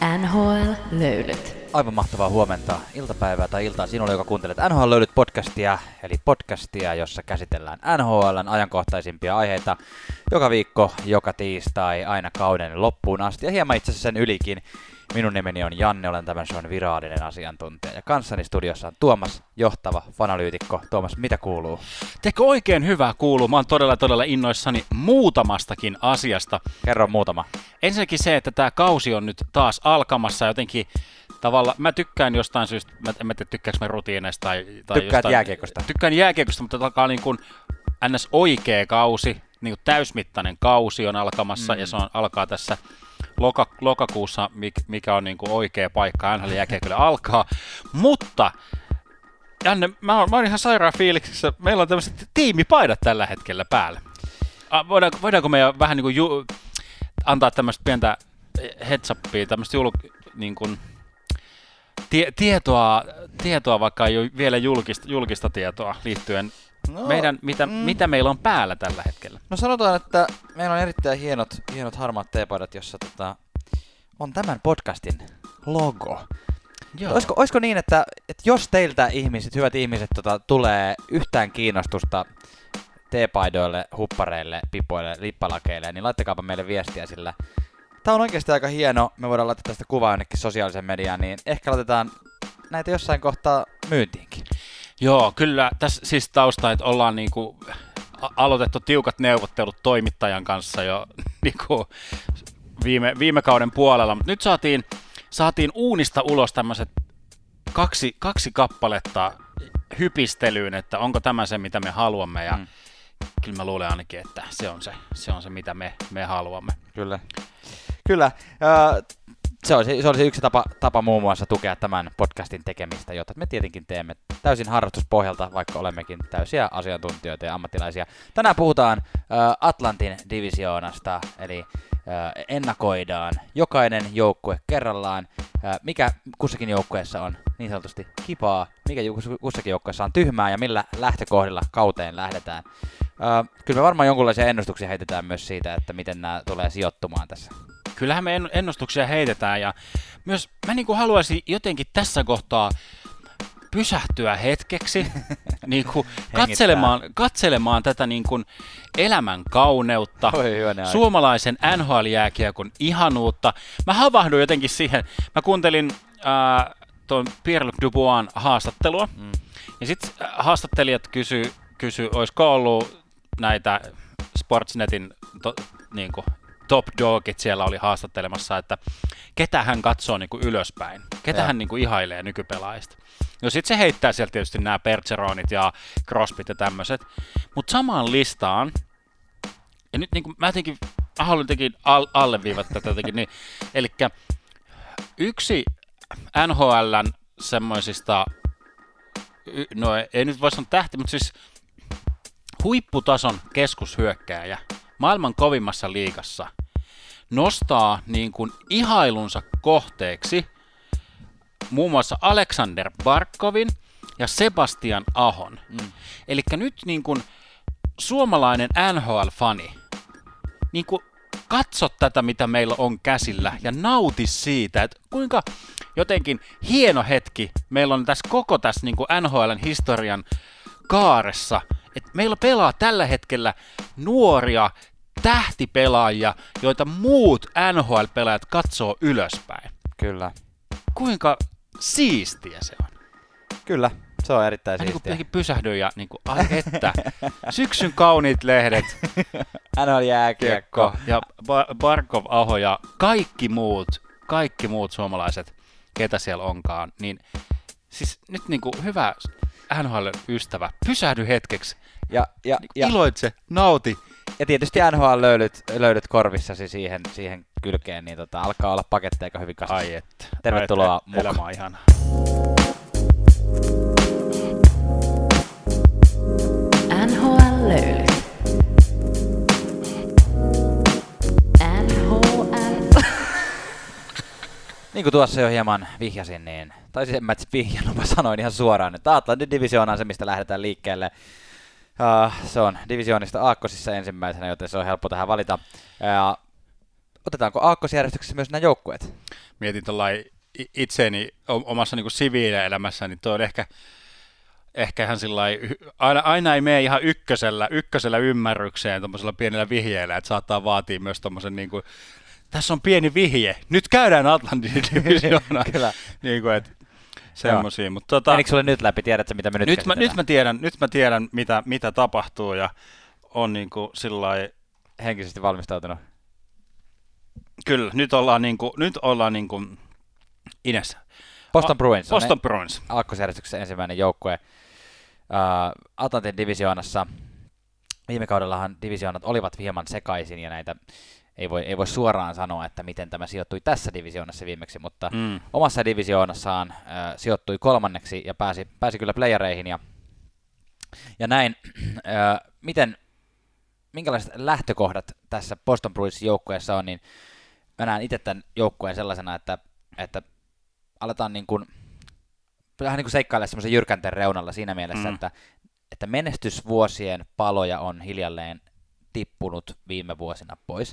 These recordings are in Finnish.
NHL-löylyt. Aivan mahtavaa huomenta, iltapäivää tai iltaa sinulle, joka kuuntelet NHL-löylyt podcastia, eli podcastia, jossa käsitellään NHL:n ajankohtaisimpia aiheita joka viikko, joka tiistai, aina kauden loppuun asti ja hieman itse asiassa sen ylikin. Minun nimeni on Janne, olen tämän shown virallinen asiantuntija ja kanssani studiossa on Tuomas, johtava fanalyytikko. Tuomas, mitä kuuluu? Teekö oikein hyvää kuuluu? Mä oon todella innoissani muutamastakin asiasta. Kerro muutama. Ensinnäkin se, että tää kausi on nyt taas alkamassa jotenkin tavalla. Mä tykkään jostain syystä, en mä tiedä tykkääkö mä rutiineista tai Tykkäät jostain. jääkiekosta? Tykkään jääkiekosta, mutta alkaa niin kuin ns. Oikea kausi, niin kuin täysmittainen kausi on alkamassa ja se alkaa tässä lokakuussa, mikä on niin kuin oikea paikka NHL-jääkiekolle alkaa. Mutta Janne, mä oon ihan sairaan fiiliksissä. Meillä on tämmöiset tiimipaidat tällä hetkellä päällä. Voidaanko me vähän niin kuin antaa tämmöistä pientä heads upia, tämmöistä niin kuin tietoa, vaikka ei ole vielä julkista tietoa liittyen mitä meillä on päällä tällä hetkellä? No sanotaan, että meillä on erittäin hienot harmaat teepaidat, jossa on tämän podcastin logo. Olisiko niin, että jos teiltä ihmiset, hyvät ihmiset, tulee yhtään kiinnostusta teepaidoille, huppareille, pipoille, lippalakeille, niin laittakaapa meille viestiä, sillä tämä on oikeasti aika hieno. Me voidaan laittaa tästä kuvaa jonnekin sosiaalisen mediaan, niin ehkä laitetaan näitä jossain kohtaa myyntiinkin. Joo, kyllä. Tässä siis tausta, että ollaan niinku aloitettu tiukat neuvottelut toimittajan kanssa jo niinku viime kauden puolella, mutta nyt saatiin uunista ulos tämmöiset kaksi kappaletta hypistelyyn, että onko tämä se, mitä me haluamme, ja kyllä mä luulen ainakin, että se on se mitä me haluamme. Kyllä. Se olisi yksi tapa muun muassa tukea tämän podcastin tekemistä, jota me tietenkin teemme täysin harrastuspohjalta, vaikka olemmekin täysiä asiantuntijoita ja ammattilaisia. Tänään puhutaan Atlantin divisioonasta, eli ennakoidaan jokainen joukkue kerrallaan, mikä kussakin joukkueessa on niin sanotusti kipaa, mikä kussakin joukkueessa on tyhmää ja millä lähtökohdilla kauteen lähdetään. Kyllä me varmaan jonkunlaisia ennustuksia heitetään myös siitä, että miten nämä tulee sijoittumaan tässä. Kyllähän me ennustuksia heitetään ja myös mä niin kuin haluaisin jotenkin tässä kohtaa pysähtyä hetkeksi niin kuin katselemaan tätä niin kuin elämän kauneutta, suomalaisen NHL-jääkiekon ihanuutta. Mä havahduin jotenkin siihen, mä kuuntelin tuon Pierre-Luc Duboisin haastattelua ja sitten haastattelijat kysy, olisiko ollut näitä Sportsnetin niin kuin top dogit siellä oli haastattelemassa, että ketä hän katsoo niin kuin ylöspäin, ketä hän niin kuin ihailee nykypelaajista. No sit se heittää sieltä tietysti nämä Bergeronit ja Crosbyt ja tämmöiset, mutta samaan listaan, ja nyt niin kuin mä haluan jotenkin alleviivata tätä jotenkin, niin, elikkä yksi NHL:n semmoisista, no ei nyt voi sanoa tähti, mutta siis huipputason keskushyökkääjä maailman kovimmassa liigassa nostaa niin kuin ihailunsa kohteeksi muun muassa Alexander Barkovin ja Sebastian Ahon. Elikkä nyt niin kuin suomalainen NHL-fani, niin kuin katso tätä, mitä meillä on käsillä ja nauti siitä, että kuinka jotenkin hieno hetki meillä on koko tässä niin kuin NHL:n historian kaaressa, että meillä pelaa tällä hetkellä nuoria tähtipelaajia, joita muut NHL-pelaajat katsoo ylöspäin. Kyllä. Kuinka siistiä se on? Kyllä, se on erittäin siistiä. siistiä. Niin pysähdyin ja niin kuin, ai että, syksyn kauniit lehdet, NHL-jääkiekko ja Barkov, Aho ja kaikki muut suomalaiset, ketä siellä onkaan, niin siis nyt niin kuin hyvä NHL-ystävä, pysähdy hetkeksi, ja iloitse, nauti. Ja tietysti NHL-löydyt korvissasi siihen kylkeen, niin alkaa olla paketteja aika hyvin kasassa. Ai että. Tervetuloa mukaan. Elämä on ihana. NHL-löylyt. Niin kuin tuossa jo hieman vihjasin, niin, tai siis en mä vihjannut, mä sanoin ihan suoraan, että Atlantin divisioona on se, mistä lähdetään liikkeelle. Se on divisioonista aakkosissa ensimmäisenä, joten se on helppo tähän valita. otetaanko aakkosjärjestyksessä myös nämä joukkueet? Mietin tuollain itseeni omassa niin siviilielämässä, niin tuo on ehkä ihan sillai, aina ei mene ihan ykkösellä ymmärrykseen tuommoisella pienellä vihjeellä, että saattaa vaatia myös tuommoisen niin kuin, tässä on pieni vihje, nyt käydään Atlantin divisioonaan. Kyllä. Niin kuin, että semmosia, mutta menikö sulle nyt läpi, tiedätkö mitä me nyt käsitellään? Nyt mä tiedän mitä tapahtuu ja on niin kuin sillai henkisesti valmistautunut. Kyllä, nyt ollaan niin kuin Inessä. Boston Bruins Boston Bruins. Aakkosjärjestyksessä ensimmäinen joukkue Atlantin divisioonassa. Viime kaudellahan divisioonat olivat hieman sekaisin ja näitä ei voi suoraan sanoa, että miten tämä sijoittui tässä divisioonassa viimeksi, mutta omassa divisioonassaan sijoittui kolmanneksi ja pääsi kyllä playereihin ja näin. Minkälaiset lähtökohdat tässä Boston Bruinsin joukkueessa on, niin mä näen itse tämän joukkueen sellaisena, että aletaan vähän niin kuin seikkailla semmoisen jyrkänteen reunalla siinä mielessä, että menestysvuosien paloja on hiljalleen tippunut viime vuosina pois.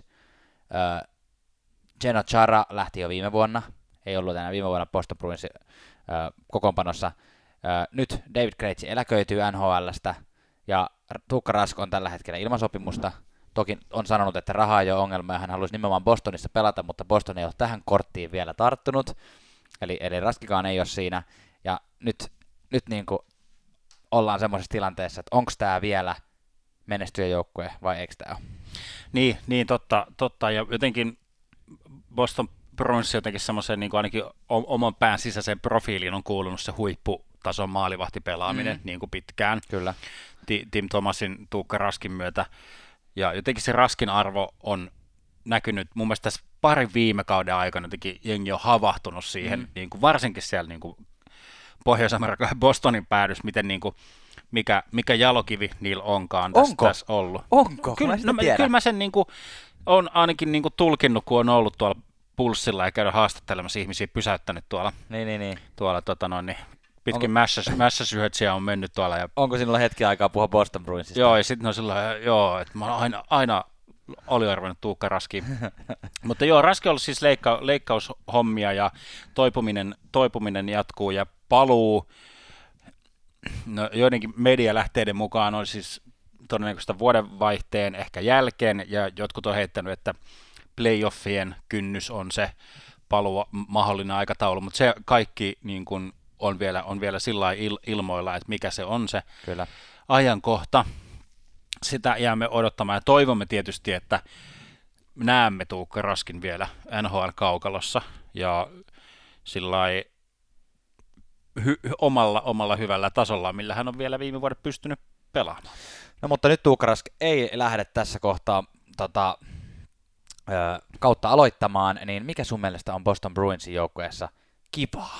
Geno Chara lähti jo viime vuonna, ei ollut enää viime vuonna Boston Bruinsin kokoonpanossa. Nyt David Krejci eläköityy NHL:stä ja Tuukka Rask on tällä hetkellä ilman sopimusta. Toki on sanonut, että rahaa ei ole ongelma ja hän haluaisi nimenomaan Bostonissa pelata, mutta Boston ei ole tähän korttiin vielä tarttunut. Eli Raskikaan ei ole siinä. Ja nyt niin kuin ollaan semmoisessa tilanteessa, että onko tämä vielä menestyjäjoukkue vai eikö tämä ole? Niin totta. Ja jotenkin Boston Bruins jotenkin semmoisen niin kuin ainakin oman pään sisäiseen profiiliin on kuulunut se huipputason maalivahtipelaaminen niin kuin pitkään. Kyllä. Tim Thomasin, Tuukka Raskin myötä. Ja jotenkin se Raskin arvo on näkynyt mun mielestä tässä parin viime kauden aikana, jotenkin jengi on havahtunut siihen, niin kuin varsinkin siellä niin kuin Pohjois-Amerikan ja Bostonin päädys, miten niin kuin, mikä jalokivi niillä onkaan tässä ollut. Onko? Kyllä mä sen niin kuin, on ainakin niin kuin tulkinnut, kun on ollut tuolla pulssilla ja käydä haastattelemassa ihmisiä, pysäyttänyt tuolla. Niin. Tuolla pitkin mässäsyhötsiä on mennyt tuolla. Ja onko sinulla hetki aikaa puhua Boston Bruinsista? Joo, ja sitten on sellainen, että mä oon aina aliarvoinut Tuukka Raski. Mutta joo, Raski on ollut siis leikkaushommia ja toipuminen jatkuu ja paluu. No, joidenkin medialähteiden mukaan on siis todennäköisesti vuodenvaihteen ehkä jälkeen ja jotkut on heittänyt, että playoffien kynnys on se paluu mahdollinen aikataulu, mutta se kaikki niin kun on vielä sillä lailla ilmoilla, että mikä se on se Kyllä. ajankohta. Sitä jäämme odottamaan ja toivomme tietysti, että näemme Tuukka Raskin vielä NHL-kaukalossa ja sillai omalla hyvällä tasolla, millä hän on vielä viime vuodet pystynyt pelaamaan. No mutta nyt Tuukka Rask ei lähde tässä kohtaa kautta aloittamaan, niin mikä sun mielestä on Boston Bruinsin joukkueessa kivaa?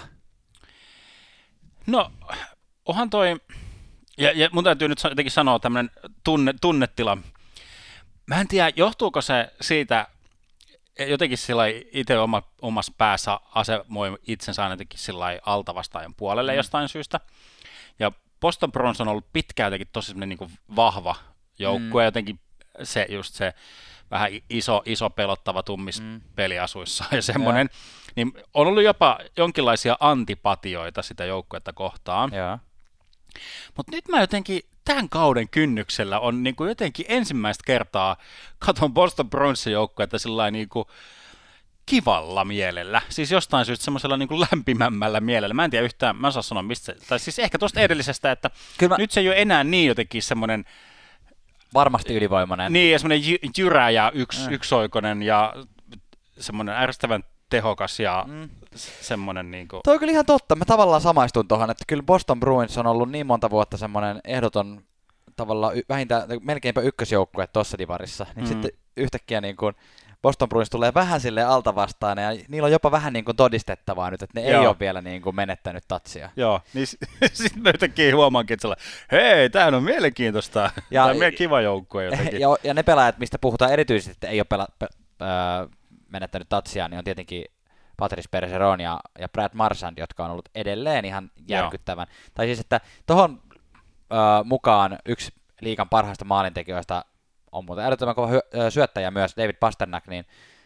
No, onhan toi, ja mun täytyy nyt jotenkin sanoa tämmöinen tunnetila. Mä en tiedä, johtuuko se siitä, jotenkin sillä itse omassa päässä asemoi itsensä aina jotenkin sillä altavastaajan puolelle jostain syystä. Ja Boston Bruins on ollut pitkään jotenkin tosi semmoinen niin kuin vahva joukkue, jotenkin se vähän iso pelottava tummis peliasuissa ja semmoinen, niin on ollut jopa jonkinlaisia antipatioita sitä joukkuetta kohtaan. Mutta nyt mä jotenkin tämän kauden kynnyksellä on niin kuin jotenkin ensimmäistä kertaa katon Boston Bruinsin joukkuetta sellainen niin kuin kivalla mielellä, siis jostain syystä semmoisella niin kuin lämpimämmällä mielellä. Mä en tiedä yhtään, mä en saa sanoa mistä se, tai siis ehkä tuosta edellisestä, että nyt se ei ole enää niin jotenkin semmoinen varmasti ylivoimainen. Niin, ja semmoinen jyrä ja yksioikoinen ja semmoinen ärsyttävän tehokas ja semmoinen niinku. Toi on kyllä ihan totta. Mä tavallaan samaistun tuohon, että kyllä Boston Bruins on ollut niin monta vuotta semmoinen ehdoton tavallaan vähintään melkeinpä ykkösjoukkue tuossa divarissa. Niin sitten yhtäkkiä niin kuin Boston Bruins tulee vähän silleen alta vastaan ja niillä on jopa vähän niin kuin todistettavaa nyt, että ne ei ole vielä niin kuin menettänyt tatsia. Joo, niin sitten mä yhtäkkiä huomaankin, että hei, tämähän on mielenkiintoista. Tämä on kiva joukkue jotenkin. Ja ne pelaajat, mistä puhutaan erityisesti, että ei ole menettänyt tatsia, niin on tietenkin Patrice Bergeron ja Brad Marchand, jotka on ollut edelleen ihan järkyttävän. Tai siis, että tuohon mukaan yksi liigan parhaista maalintekijöistä on muuten älyttömän kova syöttäjä myös, David Pasternak, niin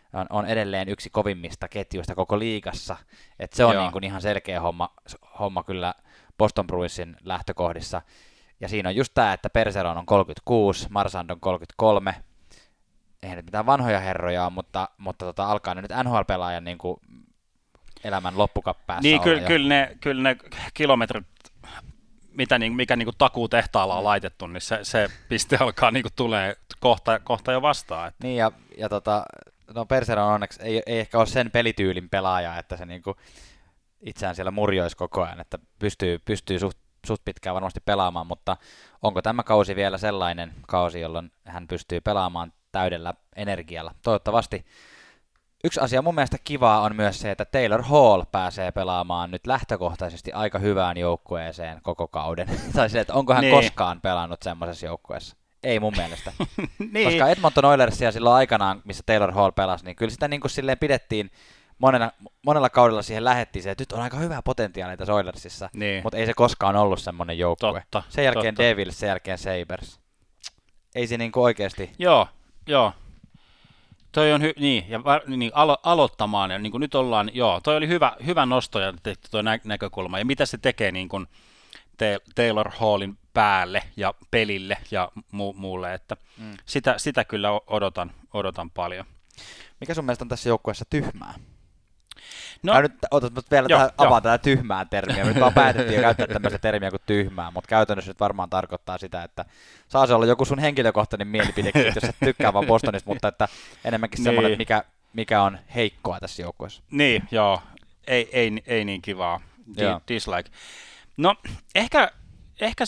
on edelleen yksi kovimmista ketjuista koko liigassa. Et se on niin kuin ihan selkeä homma kyllä Boston Bruinsin lähtökohdissa. Ja siinä on just tämä, että Bergeron on 36, Marchand on 33. Eihän nyt mitään vanhoja herroja ole, mutta alkaa nyt NHL-pelaajan niin kuin elämän loppukapäässä niin, olla. Kyllä ne kilometrit, mikä niin kuin takuutehtaalla on laitettu, niin se piste alkaa niin kuin tulee kohta jo vastaan. Että. Niin, ja Bergeron onneksi ei ehkä ole sen pelityylin pelaaja, että se niin kuin itseään siellä murjoisi koko ajan, että pystyy suht pitkään varmasti pelaamaan, mutta onko tämä kausi vielä sellainen kausi, jolloin hän pystyy pelaamaan täydellä energialla? Toivottavasti. Yksi asia mun mielestä kivaa on myös se, että Taylor Hall pääsee pelaamaan nyt lähtökohtaisesti aika hyvään joukkueeseen koko kauden. Tai se, että onko hän koskaan pelannut semmoisessa joukkueessa? Ei mun mielestä. Niin. Koska Edmonton Oilersia silloin aikanaan, missä Taylor Hall pelasi, niin kyllä sitä niin kuin silleen pidettiin, monella kaudella siihen lähettiin se, että nyt on aika hyvää potentiaalia tässä Oilersissa, niin. Mutta ei se koskaan ollut semmoinen joukkue. Sen jälkeen Devils, sen jälkeen Sabres. Ei se niin kuin oikeasti. Joo. Toi on aloittamaan, ja niin kuin nyt ollaan, toi oli hyvä nosto ja tehty tuo näkökulma, ja mitä se tekee niin kuin Taylor Hallin päälle ja pelille ja muulle, että sitä kyllä odotan paljon. Mikä sun mielestä on tässä joukkueessa tyhmää? No, nyt vielä avaan tätä tyhmää termiä. Nyt vaan päätettiin jo käyttää tämmöistä termiä kuin tyhmää, mutta käytännössä nyt varmaan tarkoittaa sitä, että saa se olla joku sun henkilökohtainen mielipidekin, jos sä tykkää vaan Bostonista, mutta että enemmänkin semmoinen, mikä on heikkoa tässä joukkueessa. Niin, joo. Ei niin kivaa. Dislike. No, ehkä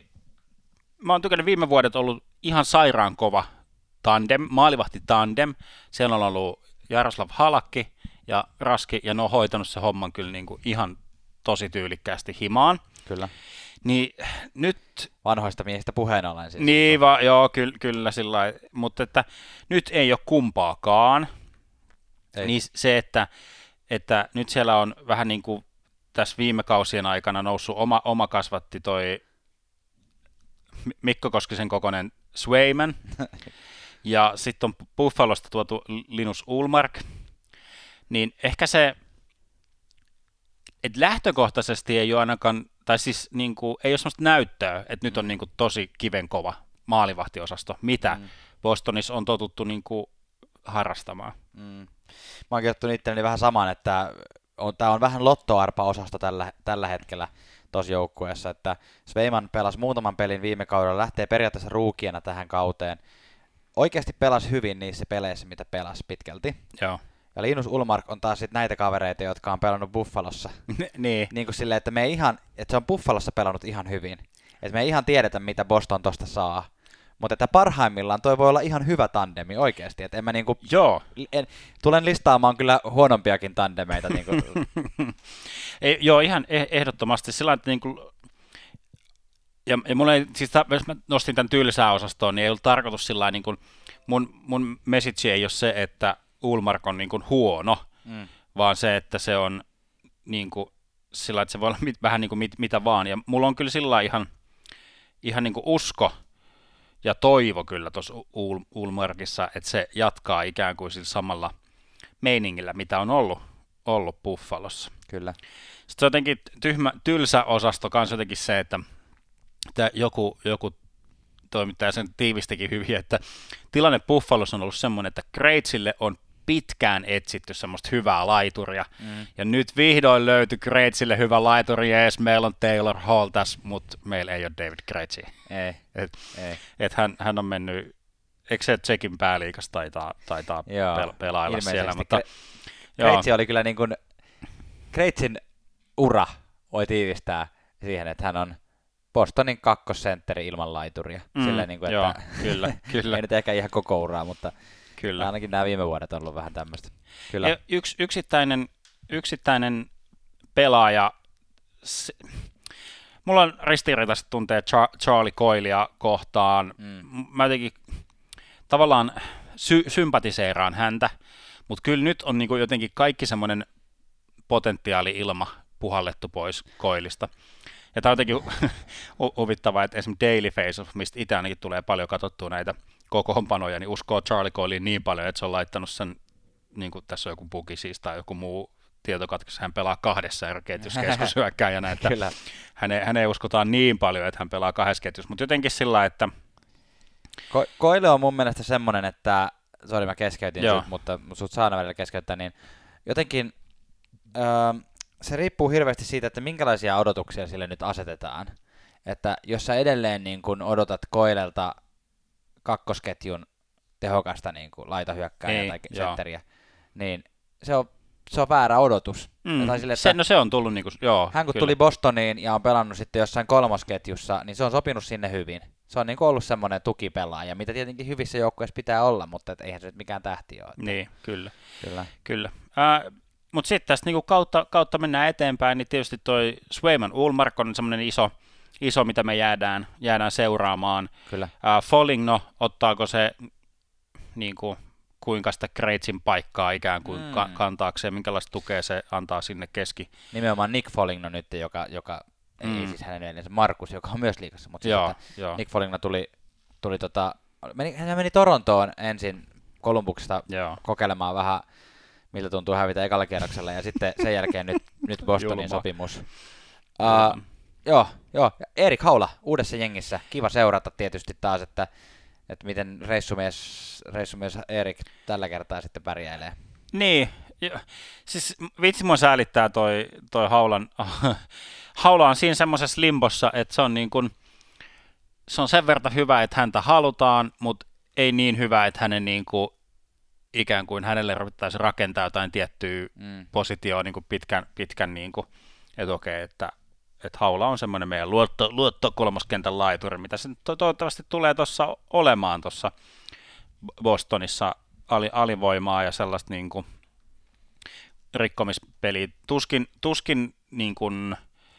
mä oon tykännyt viime vuodet ollut ihan sairaan kova maalivahti tandem. Siellä on ollut Jaroslav Halakki ja Raski, ja ne on hoitanut se homman kyllä niin kuin ihan tosi tyylikkäästi himaan. Kyllä. Niin nyt. Vanhoista miehistä puheen ollen siis. Niin, kyllä sillä lailla, mutta että nyt ei ole kumpaakaan. Ei. Niin se, että nyt siellä on vähän niin kuin tässä viime kausien aikana noussut oma kasvatti toi Mikko Koskisen kokoinen Swayman, ja sitten on Buffalosta tuotu Linus Ullmark, niin ehkä se, että lähtökohtaisesti ei ole ainakaan, tai siis niin kuin, ei ole sellaista näyttöä, että nyt on niin kuin tosi kivenkova maalivahtiosasto, mitä Bostonissa on totuttu niin kuin harrastamaan. Mä oon kirjoittanut itselleni vähän saman, että tämä on vähän lottoarpa-osasto tällä hetkellä tuossa joukkueessa, että Swayman pelasi muutaman pelin viime kaudella, lähtee periaatteessa ruukiena tähän kauteen. Oikeasti pelasi hyvin niissä peleissä, mitä pelasi pitkälti. Joo. Ja Linus Ullmark on taas sit näitä kavereita, jotka on pelannut Buffalossa. Niin. Niin kuin silleen, että että se on Buffalossa pelannut ihan hyvin. Että me ei ihan tiedetä, mitä Boston tosta saa. Mutta että parhaimmillaan toi voi olla ihan hyvä tandemi oikeasti. Että en mä niinku... Joo. Tulen listaamaan kyllä huonompiakin tandemeita. Niinku. Joo, ihan ehdottomasti. Sillä että niinku... Ja mulla ei, siis jos mä nostin tämän tylsää osastoon, niin ei ollut tarkoitus sillä niin kuin, mun message ei ole se, että Ullmark on niin kuin huono, vaan se, että se on niin kuin, sillä että se voi olla vähän niin kuin mitä vaan. Ja mulla on kyllä sillä ihan niin kuin usko ja toivo kyllä tuossa Ullmarkissa, että se jatkaa ikään kuin sillä samalla meiningillä, mitä on ollut Buffalossa. Kyllä. Sitten jotenkin tylsä osasto kanssa jotenkin se, että joku toimittaja sen tiivistikin hyvin, että tilanne Buffalossa on ollut semmoinen, että Krejcille on pitkään etsitty semmoista hyvää laituria, ja nyt vihdoin löytyi Krejcille hyvä laituri, jees, meillä on Taylor Hall tässä, mutta meillä ei ole David Krejci. Ei. Et hän on mennyt, eikö se Tsekin pääliigassa taitaa pelailla ilmeisesti siellä, mutta Krejci oli kyllä niin kuin, Krejcin ura voi tiivistää siihen, että hän on Bostonin kakkosentteri ilman laituria. Silleen, niin kuin, että kyllä. Ei nyt ehkä ihan koko uraa, mutta kyllä. Ainakin nämä viime vuodet on ollut vähän tämmöistä. Kyllä. Yksi yksittäinen pelaaja, mulla on ristiriitaiset tunteet Charlie Coylea kohtaan. Mä jotenkin tavallaan sympatiseeraan häntä, mutta kyllä nyt on niinku jotenkin kaikki semmoinen potentiaali-ilma puhallettu pois Coylesta. Ja tämä on jotenkin huvittavaa, että esimerkiksi Daily Face, mistä itse ainakin tulee paljon katsottua näitä kokoonpanoja, niin uskoo Charlie Coyleen niin paljon, että se on laittanut sen niin kuin tässä on joku bugi siis tai joku muu tietokatkos, hän pelaa 2 eri ketjussa keskushyökkääjänä, että hänen uskotaan niin paljon, että hän pelaa 2 ketjussa, mutta jotenkin sillä, että Koile on mun mielestä semmoinen, että, sori mä keskeytin sut, mutta sut saana välillä keskeyttää, niin jotenkin se riippuu hirveästi siitä, että minkälaisia odotuksia sille nyt asetetaan. Että jos sä edelleen niin kun odotat Koilelta kakkosketjun tehokasta niin kuin laitahyökkääjää tai setteriä, niin se on väärä odotus. Sille, että se on tullut niinku, joo. Hän kun tuli Bostoniin ja on pelannut sitten jossain 3. ketjussa, niin se on sopinut sinne hyvin. Se on niinku ollut semmoinen tukipelaaja, mitä tietenkin hyvissä joukkueissa pitää olla, mutta eihän se nyt mikään tähti ole. Niin, kyllä. Mutta sitten tästä niinku kautta mennään eteenpäin, niin tietysti toi Swayman Ullmark on semmoinen iso, mitä me jäädään seuraamaan. Kyllä. Foligno, ottaako se niinku kuinka sitä Kreitsin paikkaa ikään kuin kantaakseen, minkälaista tukea se antaa sinne Nimenomaan Nick Foligno nyt, joka ei siis hänen edellensä Markus, joka on myös liigassa, mutta joo. Nick Foligno hän meni Torontoon ensin Columbuksesta kokeilemaan vähän, miltä tuntuu hävitä ekalla kierroksella, ja sitten sen jälkeen nyt Bostonin sopimus. Joo, Erik Haula uudessa jengissä, kiva seurata tietysti taas, että miten reissumies Erik tällä kertaa sitten pärjäilee. Niin, siis vitsi mua säälittää toi Haula on siinä semmoisessa limbossa, että se on niin kuin, se on sen verran hyvä, että häntä halutaan, mutta ei niin hyvä, että hänen niin kuin, ikään kuin hänelle ruvettaisiin rakentaa jotain tiettyä positioa niin kuin pitkän niin kuin, että okei, että Haula on semmoinen meidän luotto kolmoskentän laituri, mitä se toivottavasti tulee tuossa olemaan tuossa Bostonissa alivoimaa ja sellaista niin kuin rikkomispeliä. Tuskin niin kuin,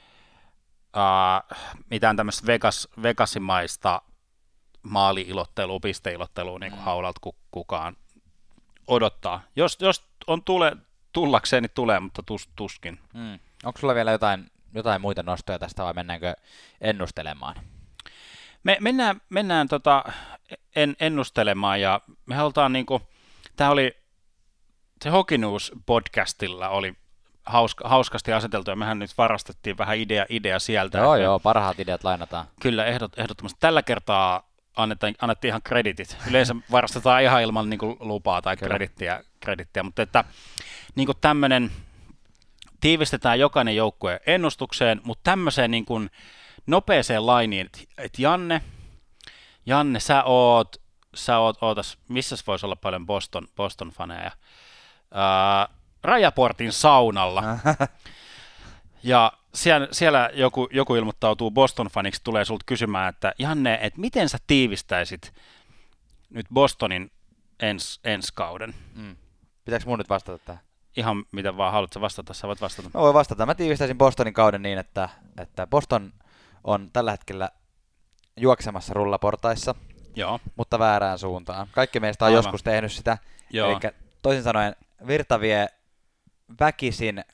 mitään tämmöistä Vegasimaista maali-ilottelua, pisteilottelua niin kuin Haulalta kukaan odottaa. Jos on tullakseen, niin tulee, mutta tuskin. Onko sulla vielä jotain muita nostoja tästä vai mennäänkö ennustelemaan? Mennään ennustelemaan ja me halutaan niinku, tää oli se Hockey News podcastilla oli hauskasti aseteltu ja mehän nyt varastettiin vähän idea sieltä. Joo, parhaat ideat lainataan. Kyllä, ehdottomasti. Tällä kertaa annettiin ihan kreditit. Yleensä varastetaan ihan ilman niinku lupaa tai kredittiä, mutta että niinku tämmönen tiivistetään jokainen joukkue ennustukseen, mutta tämmöiseen niin kuin nopeeseen lainiin, että Janne, sä oot missä voisi olla paljon Boston-faneja? Rajaportin saunalla. Ja siellä joku ilmoittautuu Boston-faniksi, tulee sulta kysymään, että Janne, että miten sä tiivistäisit nyt Bostonin ensi kauden? Pitääkö mun nyt vastata tähän? Ihan mitä vaan haluatko vastata, sä voit vastata. Mä voin vastata. Mä tiivistäisin Bostonin kauden niin, että Boston on tällä hetkellä juoksemassa rullaportaissa, mutta väärään suuntaan. Kaikki meistä on joskus tehnyt sitä. Eli toisin sanoen virta vie väkisin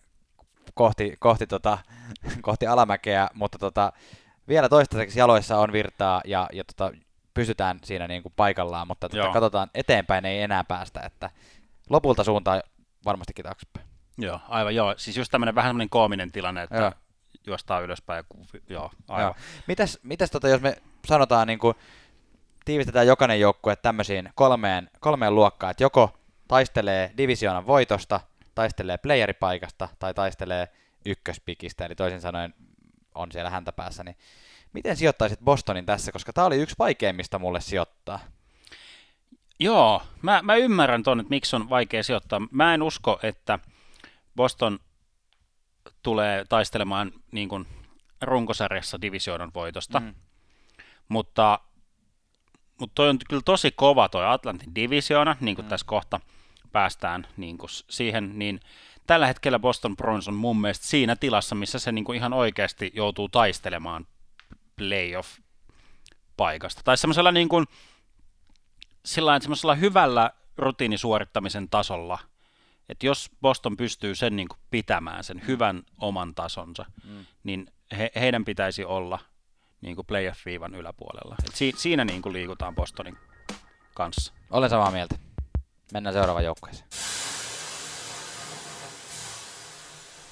kohti alamäkeä, mutta vielä toistaiseksi jaloissa on virtaa ja pysytään siinä niin kuin paikallaan, mutta katsotaan eteenpäin, ei enää päästä, että lopulta suuntaan varmastikin taaksepäin. Joo, aivan joo. Siis just tämmöinen vähän semmoinen koominen tilanne, että juostaan ylöspäin. Aivan. Mitäs jos me sanotaan, niin kuin, tiivistetään jokainen joukkue tämmöisiin kolmeen luokkaan, että joko taistelee divisioonan voitosta, taistelee playeripaikasta tai taistelee ykköspikistä, eli toisin sanoen on siellä häntä päässä, niin miten sijoittaisit Bostonin tässä, koska tämä oli yksi vaikeimmista mulle sijoittaa? Joo, mä ymmärrän ton, että miksi on vaikea sijoittaa. Mä en usko, että Boston tulee taistelemaan niin kuin runkosarjassa divisioonan voitosta, mutta toi on kyllä tosi kova toi Atlantin divisioona, niin kuin tässä kohta päästään niin kuin siihen, niin tällä hetkellä Boston Bruins on mun mielestä siinä tilassa, missä se niin kuin ihan oikeasti joutuu taistelemaan playoff-paikasta. Tai semmoisella niin kuin semmoisella hyvällä rutiinisuorittamisen tasolla, että jos Boston pystyy sen niin kuin pitämään, sen hyvän oman tasonsa, niin heidän pitäisi olla niin kuin playoff-viivan yläpuolella. Et siinä niin kuin liikutaan Bostonin kanssa. Olen samaa mieltä. Mennään seuraavaan joukkueeseen.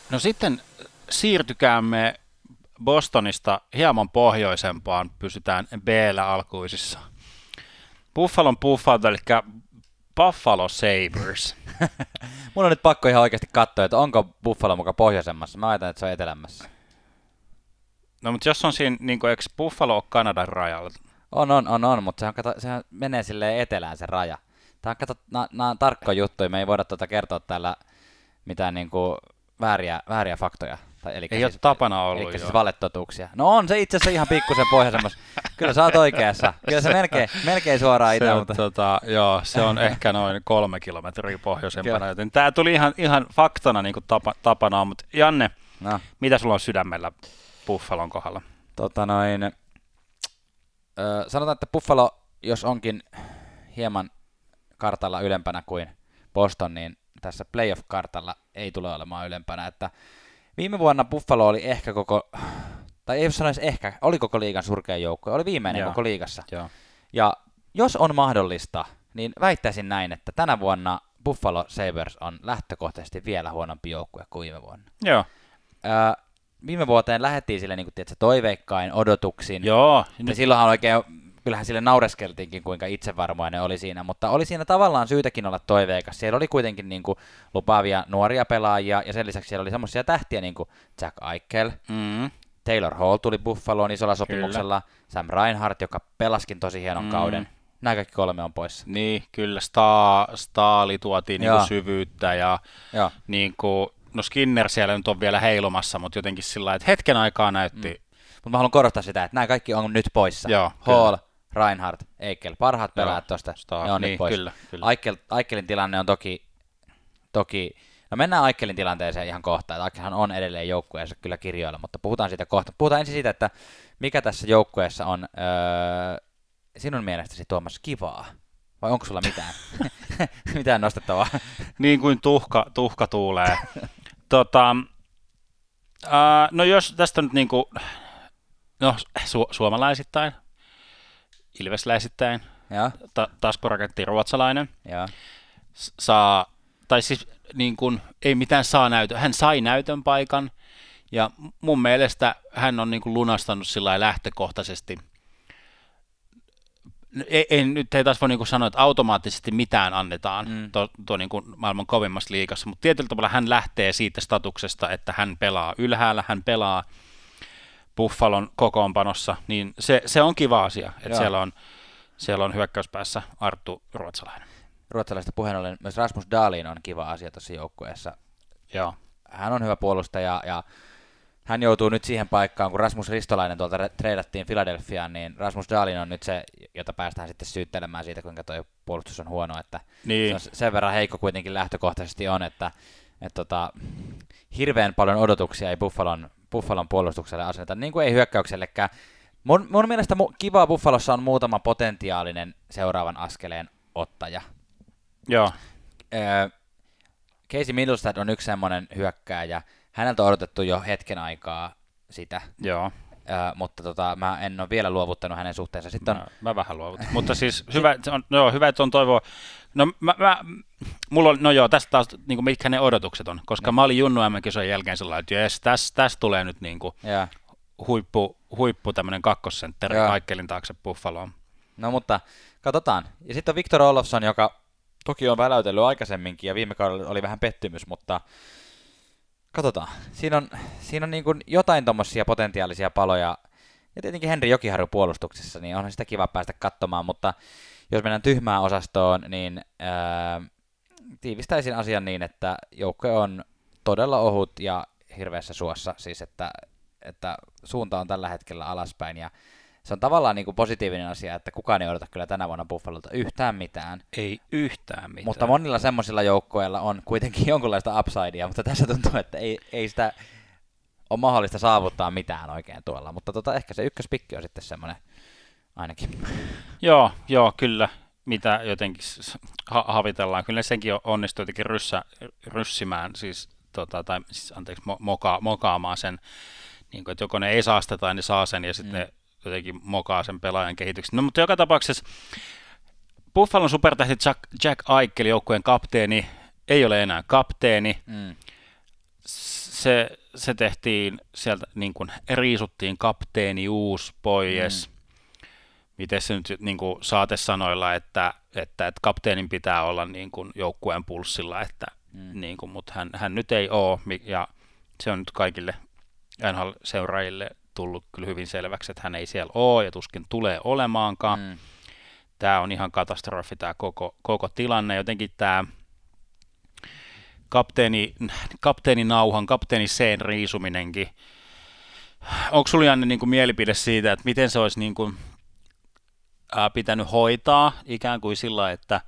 No sitten siirtykäämme Bostonista hieman pohjoisempaan, pysytään B-llä alkuisissa. Buffalon Buffalo, eli Buffalo Sabres. Mun on nyt pakko ihan oikeasti katsoa, että onko Buffalo muka pohjoisemmassa. Mä ajattelen, että se on etelämässä. No, mutta jos on siinä, niin kuin, eikö Buffalo ole Kanadan rajalla? On, mutta sehän menee silleen etelään se raja. Nämä on tarkkoja juttuja, me ei voida kertoa täällä mitään niinku vääriä faktoja. Ei siis, ole tapana ollut. Eli siis valetotuuksia. No on se itse asiassa ihan pikkusen pohjoisemmassa. Kyllä sä oot oikeassa. Kyllä se melkein suoraan itä. Mutta... joo, se on ehkä noin 3 kilometriä pohjoisempana, joten tää tuli ihan faktana niin kuin tapana on. Mutta Janne, mitä sulla on sydämellä Buffalon kohdalla? Sanotaan, että Buffalo, jos onkin hieman kartalla ylempänä kuin Boston, niin tässä playoff-kartalla ei tule olemaan ylempänä. Että viime vuonna Buffalo oli ehkä tai ei sanoisi ehkä, oli koko liigan surkein joukko, oli viimeinen koko liigassa. Joo. Ja jos on mahdollista, niin väittäisin näin, että tänä vuonna Buffalo Sabres on lähtökohtaisesti vielä huonompi joukkue kuin viime vuonna. Joo. Viime vuoteen lähdettiin sille niin kuin, tiedätkö, toiveikkain odotuksin. Joo. Ja silloinhan oikein, kyllähän sille naureskeltiinkin, kuinka itsevarmoinen oli siinä, mutta oli siinä tavallaan syytäkin olla toiveikas. Siellä oli kuitenkin niin kuin lupaavia nuoria pelaajia, ja sen lisäksi siellä oli semmoisia tähtiä niin kuin Jack Eichel, Taylor Hall tuli Buffaloon isolla sopimuksella, kyllä. Sam Reinhart, joka pelaskin tosi hienon kauden. Nämä kaikki 3 on poissa. Niin, kyllä. Staali tuotiin niin kuin syvyyttä, ja niin kuin, no Skinner siellä nyt on vielä heilumassa, mutta jotenkin sillä lailla, että hetken aikaa näytti. Mutta mä haluan korostaa sitä, että nämä kaikki on nyt poissa. Joo, Hall, Reinhardt, Eichel, parhaat pelaajat tuosta, ne on niin, nyt poissa. Kyllä. Eichelin tilanne on toki, no mennään Eichelin tilanteeseen ihan kohta, että Eichelhan on edelleen joukkueessa kyllä kirjoilla, mutta puhutaan siitä kohta. Puhutaan ensin siitä, että mikä tässä joukkueessa on sinun mielestäsi, Tuomas, kivaa, vai onko sulla mitään nostettavaa? Niin kuin tuhka tuulee. No jos tästä nyt niinku, suomalaisittain, ilvesläisittäin, taskuraketti ruotsalainen, tai siis niin kuin, ei mitään hän sai näytön paikan, ja mun mielestä hän on niin kuin lunastanut sillä lähtökohtaisesti. Nyt ei taas voi niin kuin sanoa, että automaattisesti mitään annetaan tuo niin kuin maailman kovimmassa liigassa, mutta tietyllä tavalla hän lähtee siitä statuksesta, että hän pelaa ylhäällä, hän pelaa Buffalon kokoonpanossa, niin se on kiva asia, että siellä on hyökkäyspäässä Arttu Ruotsalainen. Ruotsalaista puheen ollen myös Rasmus Dahlin on kiva asia tuossa joukkueessa. Joo. Hän on hyvä puolustaja ja hän joutuu nyt siihen paikkaan, kun Rasmus Ristolainen tuolta treidattiin Philadelphiaan, niin Rasmus Dahlin on nyt se, jota päästään sitten syyttelemään siitä, kuinka tuo puolustus on huono, että niin. Se on sen verran heikko kuitenkin lähtökohtaisesti on, että hirveän paljon odotuksia ei Buffalon puolustukselle asenneta, niin kuin ei hyökkäyksellekään. Mun mielestä kivaa Buffalossa on muutama potentiaalinen seuraavan askeleen ottaja. Joo. Casey Middlestad on yksi semmoinen hyökkääjä. Häneltä on odotettu jo hetken aikaa sitä. Joo. Mutta mä en ole vielä luovuttanut hänen suhteensa. Sitten mä vähän luovutin. Mutta siis hyvä, että on toivoa. No mulla on, tästä taas niin kuin mitkä ne odotukset on, koska mä olin Junnu MM-kisojen jälkeen sellainen, että jes, tässä tulee nyt niin kuin huippu tämmöinen kakkosentteri Aikkelin taakse Buffaloon. No mutta katsotaan. Ja sitten on Victor Olofsson, joka toki on väläytellyt aikaisemminkin ja viime kaudella oli vähän pettymys, mutta katsotaan. Siinä on niin kuin jotain tommosia potentiaalisia paloja. Ja tietenkin Henri Jokiharju puolustuksessa, niin onhan sitä kiva päästä katsomaan, mutta jos mennään tyhmään osastoon, niin tiivistäisin asian niin, että joukko on todella ohut ja hirveässä suossa, siis että suunta on tällä hetkellä alaspäin, ja se on tavallaan niin kuin positiivinen asia, että kukaan ei odota kyllä tänä vuonna Buffalolta yhtään mitään. Ei yhtään mitään. Mutta monilla semmoisilla joukkoilla on kuitenkin jonkunlaista upsidea, mutta tässä tuntuu, että ei sitä ole mahdollista saavuttaa mitään oikein tuolla, mutta ehkä se ykköspikki on sitten semmoinen ainakin. Joo, kyllä, mitä jotenkin havitellaan. Kyllä senkin onnistuu jotenkin ryssimään, mokaamaan sen, niin kuin, että joko ne ei saa sitä tai ne saa sen, ja sitten jotenkin mokaa sen pelaajan kehityksen. No, mutta joka tapauksessa Buffalon supertähti Jack Eichel, joukkueen kapteeni, ei ole enää kapteeni. se tehtiin sieltä, niin kuin riisuttiin kapteenius pois. Miten se nyt niin kuin saatesanoilla, että kapteenin pitää olla niin kuin joukkueen pulssilla, niin kuin, mutta hän nyt ei ole, ja se on nyt kaikille NHL-seuraajille tullut kyllä hyvin selväksi, että hän ei siellä ole ja tuskin tulee olemaankaan. Tämä on ihan katastrofi tämä koko tilanne, jotenkin tämä kapteeninauhan, kapteeni C:n riisuminenkin. Onko sinulla, Janne, niin kuin mielipide siitä, että miten se olisi niin kuin pitänyt hoitaa ikään kuin sillä, että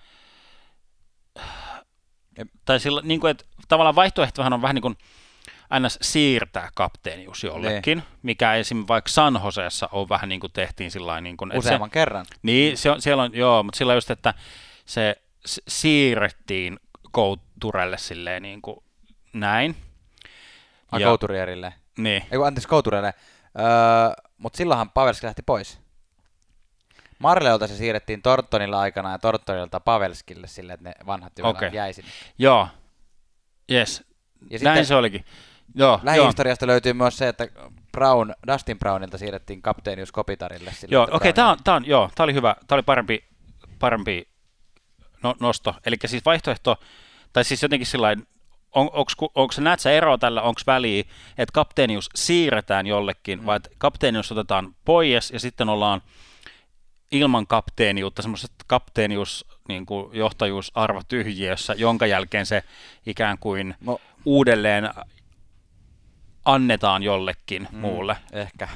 tai sillä, niin kuin, että tavallaan vaihtoehtohan on vähän niin kuin aina siirtää kapteenius jollekin, mikä esimerkiksi vaikka San Joseessa on vähän niin kuin tehtiin sillä niin kuin, useamman kerran. Niin, siellä on, joo, mutta sillä just, että se siirrettiin Couturelle silleen niin kuin näin. Couturierille. Niin. Couturelle. Mutta silloinhan Pavelski lähti pois. Marleolta se siirrettiin Tortonilla aikana ja Tortonilta Pavelskille silleen, että ne vanhat työntekijät jäi sinne. Joo, jes. Ja näin se olikin. Joo, lähihistoriasta löytyy myös se, että Dustin Brownilta siirrettiin kapteenius Kopitarille. Joo, okei, tämä oli hyvä, tämä oli parempi nosto. Eli siis vaihtoehto, tai siis jotenkin sillain, onko se näet sä eroa tällä, onko väliä, että kapteenius siirretään jollekin, vai että kapteenius otetaan pois ja sitten ollaan ilman kapteeniutta, semmoiset kapteenius, niin kuin johtajuusarvo tyhjiössä, jonka jälkeen se ikään kuin uudelleen annetaan jollekin muulle. Ehkä.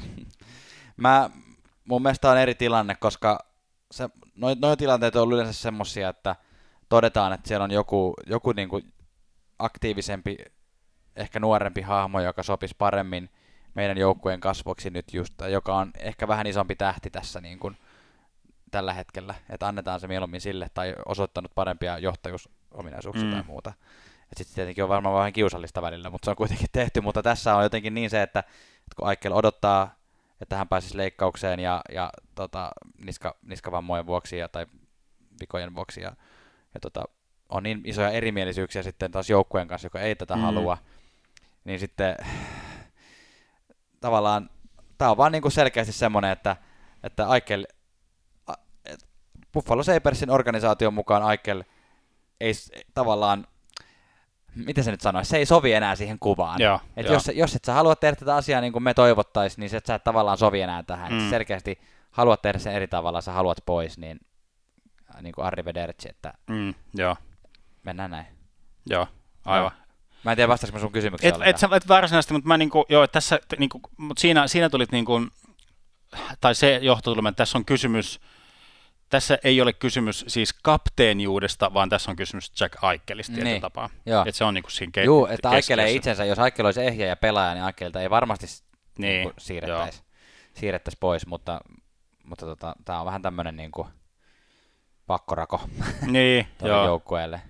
Mun mielestä on eri tilanne, koska noin tilanteet on yleensä semmoisia, että todetaan, että siellä on joku niin kuin aktiivisempi, ehkä nuorempi hahmo, joka sopisi paremmin meidän joukkueen kasvoksi nyt just, joka on ehkä vähän isompi tähti tässä niin kuin tällä hetkellä, että annetaan se mieluummin sille tai osoittanut parempia johtajuusominaisuuksia tai muuta. Sitten tietenkin on varmaan vähän kiusallista välillä, mutta se on kuitenkin tehty, mutta tässä on jotenkin niin se, että kun Aikel odottaa, että hän pääsisi leikkaukseen ja niskavammojen vuoksi tai vikojen vuoksi ja on niin isoja erimielisyyksiä sitten taas joukkueen kanssa, joka ei tätä halua, niin sitten tavallaan tämä on vaan niin kuin selkeästi semmoinen, että Aikel Buffalo Sabresin organisaation mukaan Aikel ei tavallaan, miten se nyt sanoisi, se ei sovi enää siihen kuvaan. Jos et sä halua tehdä tätä asiaa niin kuin me toivottaisiin, niin sä et tavallaan sovi enää tähän. Selkeästi haluat tehdä sen eri tavalla, sä haluat pois, niin kuin arrivederci, että mennään näin. Joo, aivan. Mä en tiedä, vastasinko sun kysymykseen. Et varsinaisesti, mutta mä niinku, tässä, niinku, mutta siinä tulit niinku, tai se johtotulema, että tässä on kysymys, tässä ei ole kysymys siis kapteeniudesta, vaan tässä on kysymys Jack Eichelistä tietyllä tapaa. Että se on niinku siinä että Eichel ei itsensä, jos Eichel olisi ehjä ja pelaaja, niin Eicheliltä ei varmasti siirrettäisi pois, mutta tämä on vähän tämmöinen niinku pakkorako joukkueelle.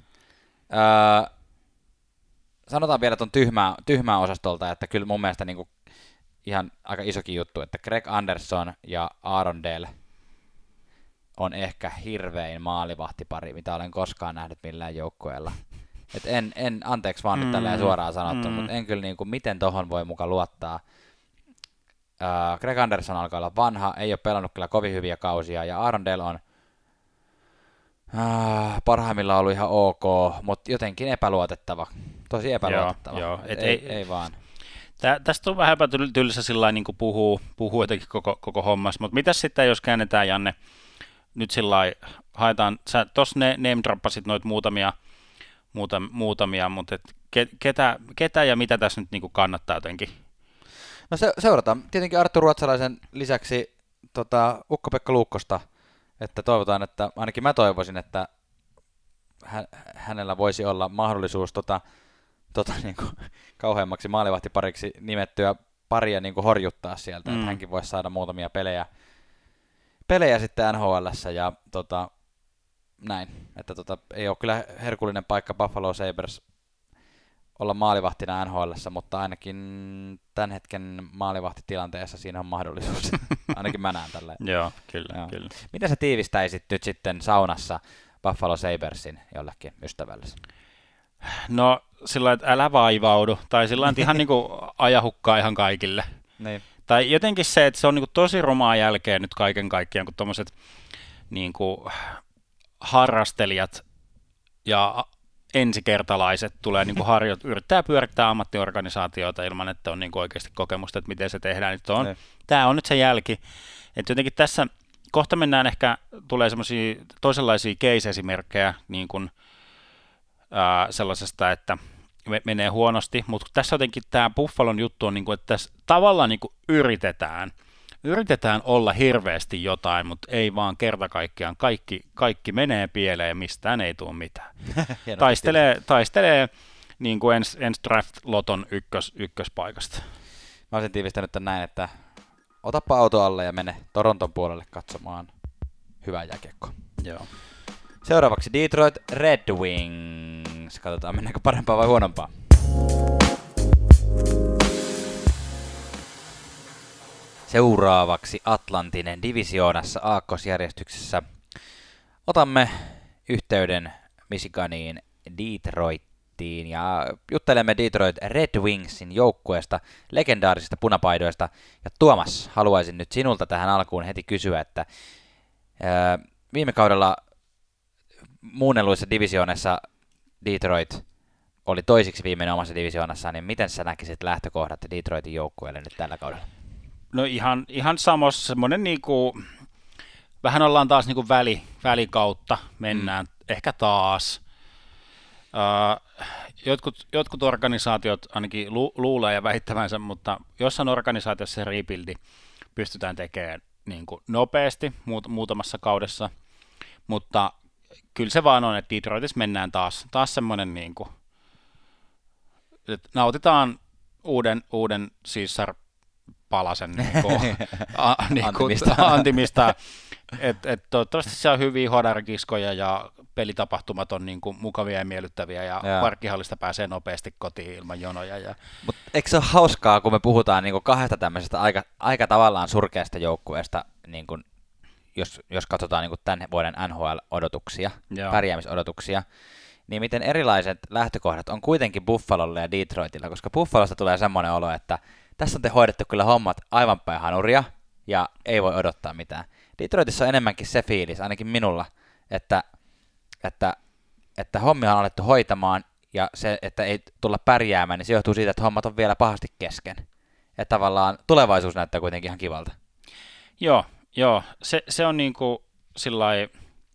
Sanotaan vielä tuon tyhmää osastolta, että kyllä mun mielestä niinku ihan aika isokin juttu, että Greg Anderson ja Aaron Dell on ehkä hirvein maalivahtipari, mitä olen koskaan nähnyt millään joukkueella. Et en anteeksi vaan nyt tälleen suoraan sanottu, mutta en kyllä niinku, miten tohon voi muka luottaa. Greg Anderson alkaa olla vanha, ei ole pelannut kyllä kovin hyviä kausia, ja Aaron Dell on parhaimmillaan ollut ihan ok, mutta jotenkin epäluotettava. Tosi epäluotettava. Ei vaan. Tästä on vähän epätyllisä sillä niin kuin puhuu jotenkin koko hommassa, mutta mitäs sitten, jos käännetään, Janne, nyt sillä haetaan, sä tuossa name-droppasit noita muutamia, mutta ketä ja mitä tässä nyt niin kuin kannattaa jotenkin? No seurataan. Tietenkin Arttu Ruotsalaisen lisäksi Ukko-Pekka Luukkosta, että toivotaan, että ainakin mä toivoisin, että hänellä voisi olla mahdollisuus niin kuin kauheammaksi maalivahtipariksi nimettyä paria niin kuin horjuttaa sieltä, että hänkin voisi saada muutamia pelejä sitten NHL:ssä ja näin, että ei ole kyllä herkullinen paikka Buffalo Sabres olla maalivahtina NHL:ssä, mutta ainakin tämän hetken maalivahtitilanteessa siinä on mahdollisuus. Ainakin mä näen tälleen. Joo, kyllä. Miten sä tiivistäisit nyt sitten saunassa Buffalo Sabresin jollekin ystävällesi? No sillä lailla, että älä vaivaudu, tai sillä lailla, että ihan niin kuin aja hukkaa ihan kaikille. Niin. Tai jotenkin se, että se on niin kuin tosi rumaa jälkeen nyt kaiken kaikkiaan, kun tommoset niin kuin harrastelijat ja ensikertalaiset tulee niin kuin yrittää pyörittää ammattiorganisaatioita ilman, että on niin kuin oikeasti kokemusta, että miten se tehdään. Tämä on nyt se jälki. Että jotenkin tässä kohta mennään ehkä, tulee semmoisia toisenlaisia case-esimerkkejä niin kuin, sellaisesta, että menee huonosti, mutta tässä jotenkin tämä Buffalon juttu on, niin kuin, että tässä tavallaan niin kuin yritetään olla hirveästi jotain, mutta ei vaan kerta kaikkiaan. Kaikki menee pieleen ja mistään ei tule mitään. Taistelee niin kuin ensi draft-loton ykköspaikasta. Mä olisin tiivistänyt tämän näin, että otappa auto alle ja mene Toronton puolelle katsomaan hyvää jääkiekkoa. Joo. Seuraavaksi Detroit Red Wings. Katsotaan, mennäänkö parempaa vai huonompaa. Seuraavaksi Atlantinen divisioonassa aakkosjärjestyksessä. Otamme yhteyden Michiganiin, Detroittiin ja juttelemme Detroit Red Wingsin joukkueesta, legendaarisista punapaidoista. Ja Tuomas, haluaisin nyt sinulta tähän alkuun heti kysyä, että viime kaudella muunnelluissa divisioonissa Detroit oli toisiksi viimeinen omassa divisioonassaan, niin miten sä näkisit lähtökohdat Detroitin joukkueelle nyt tällä kaudella? No ihan samassa, semmoinen niinku, vähän ollaan taas niinku välikautta, mennään ehkä taas. Jotkut organisaatiot ainakin luulee ja väittävänsä, mutta jossain organisaatiossa se rebuildi pystytään tekemään niinku nopeasti muutamassa kaudessa, mutta kyllä se vaan on, että Detroitissa mennään taas semmoinen, niinku, että nautitaan uuden Caesar-palasen antimista. Et toivottavasti siellä on hyviä hodarkiskoja ja pelitapahtumat on niinku mukavia ja miellyttäviä ja parkkihallista pääsee nopeasti kotiin ilman jonoja. Mutta eikö se ole hauskaa, kun me puhutaan niinku kahdesta tämmöisestä aika tavallaan surkeasta joukkueesta, niinku, jos katsotaan niinku tämän vuoden NHL-odotuksia, pärjäämisodotuksia, niin miten erilaiset lähtökohdat on kuitenkin Buffalolla ja Detroitilla, koska Buffalosta tulee semmoinen olo, että tässä on te hoidettu kyllä hommat aivan päin hanuria ja ei voi odottaa mitään. Detroitissa on enemmänkin se fiilis, ainakin minulla, että hommia on alettu hoitamaan ja se, että ei tulla pärjäämään, niin se johtuu siitä, että hommat on vielä pahasti kesken. Että tavallaan tulevaisuus näyttää kuitenkin ihan kivalta. Joo. Se on niinku sillai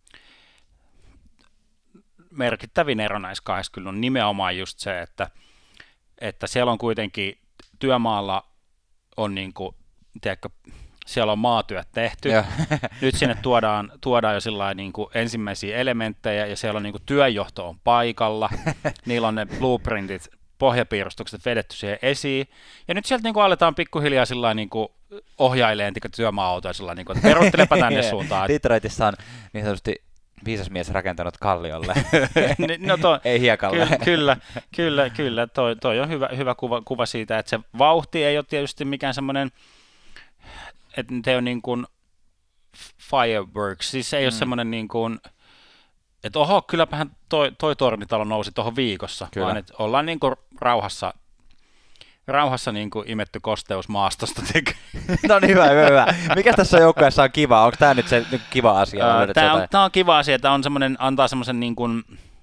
merkittävin ero näissä kahdessa kyllä on nimenomaan just se, että siellä on kuitenkin työmaalla on niinku, tiedätkö, siellä on maatyöt tehty. Nyt sinne tuodaan jo sillain niinku ensimmäisiä elementtejä ja siellä on niinku työjohto on paikalla. Niillä on ne blueprintit, pohjapiirustukset vedetty siihen esiin. Ja nyt sieltä niinku aletaan pikkuhiljaa sillain niinku ohjaileen työmaa-autoja sillain niinku, että peruttelepa tänne suuntaan. Detroitissa on niin sanotusti viisas mies rakentanut kalliolle, no ei hiekalle. Kyllä. Toi on hyvä kuva siitä, että se vauhti ei ole tietysti mikään semmoinen, että nyt ei ole niin kuin fireworks, siis ei ole semmoinen niin kuin, että kylläpähän toi tornitalo nousi tuohon viikossa, vaan että ollaan niin kuin rauhassa niin kuin imetty kosteus maastosta. No niin, hyvä. Mikä tässä joukkueessa on kiva? Onko tämä nyt se kiva asia? Tämä on kiva asia. Tämä on antaa semmoisen niin kuin,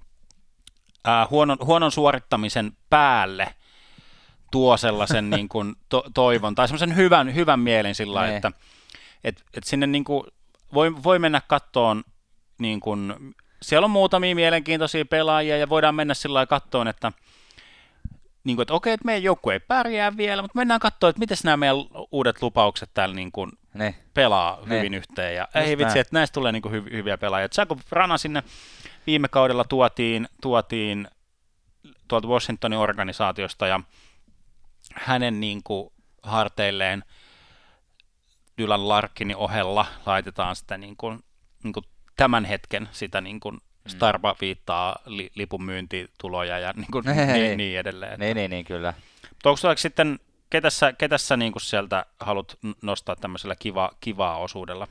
huonon suorittamisen päälle tuo sellaisen niin kuin toivon tai semmoisen hyvän mielen sillä lailla, että sinne niin kuin voi mennä kattoon, niin kuin, siellä on muutamia mielenkiintoisia pelaajia ja voidaan mennä sillä lailla kattoon, että niin kuin, että okei, että meidän joukkue ei pärjää vielä, mutta mennään katsomaan, että miten nämä meidän uudet lupaukset täällä niin kuin pelaa hyvin yhteen. Ja ei vitsi, että näistä tulee niin kuin hyviä pelaajia. Jacob Vrana sinne viime kaudella tuotiin tuolta Washingtonin organisaatiosta ja hänen niin kuin harteilleen Dylan Larkinin ohella laitetaan sitä niin kuin tämän hetken sitä niin kuin Starba viittaa lipun myyntituloja ja niin edelleen. Niin, kyllä. Mutta onko sulla sitten, ketä sä niin sieltä haluat nostaa tämmöisellä kivaa osuudella?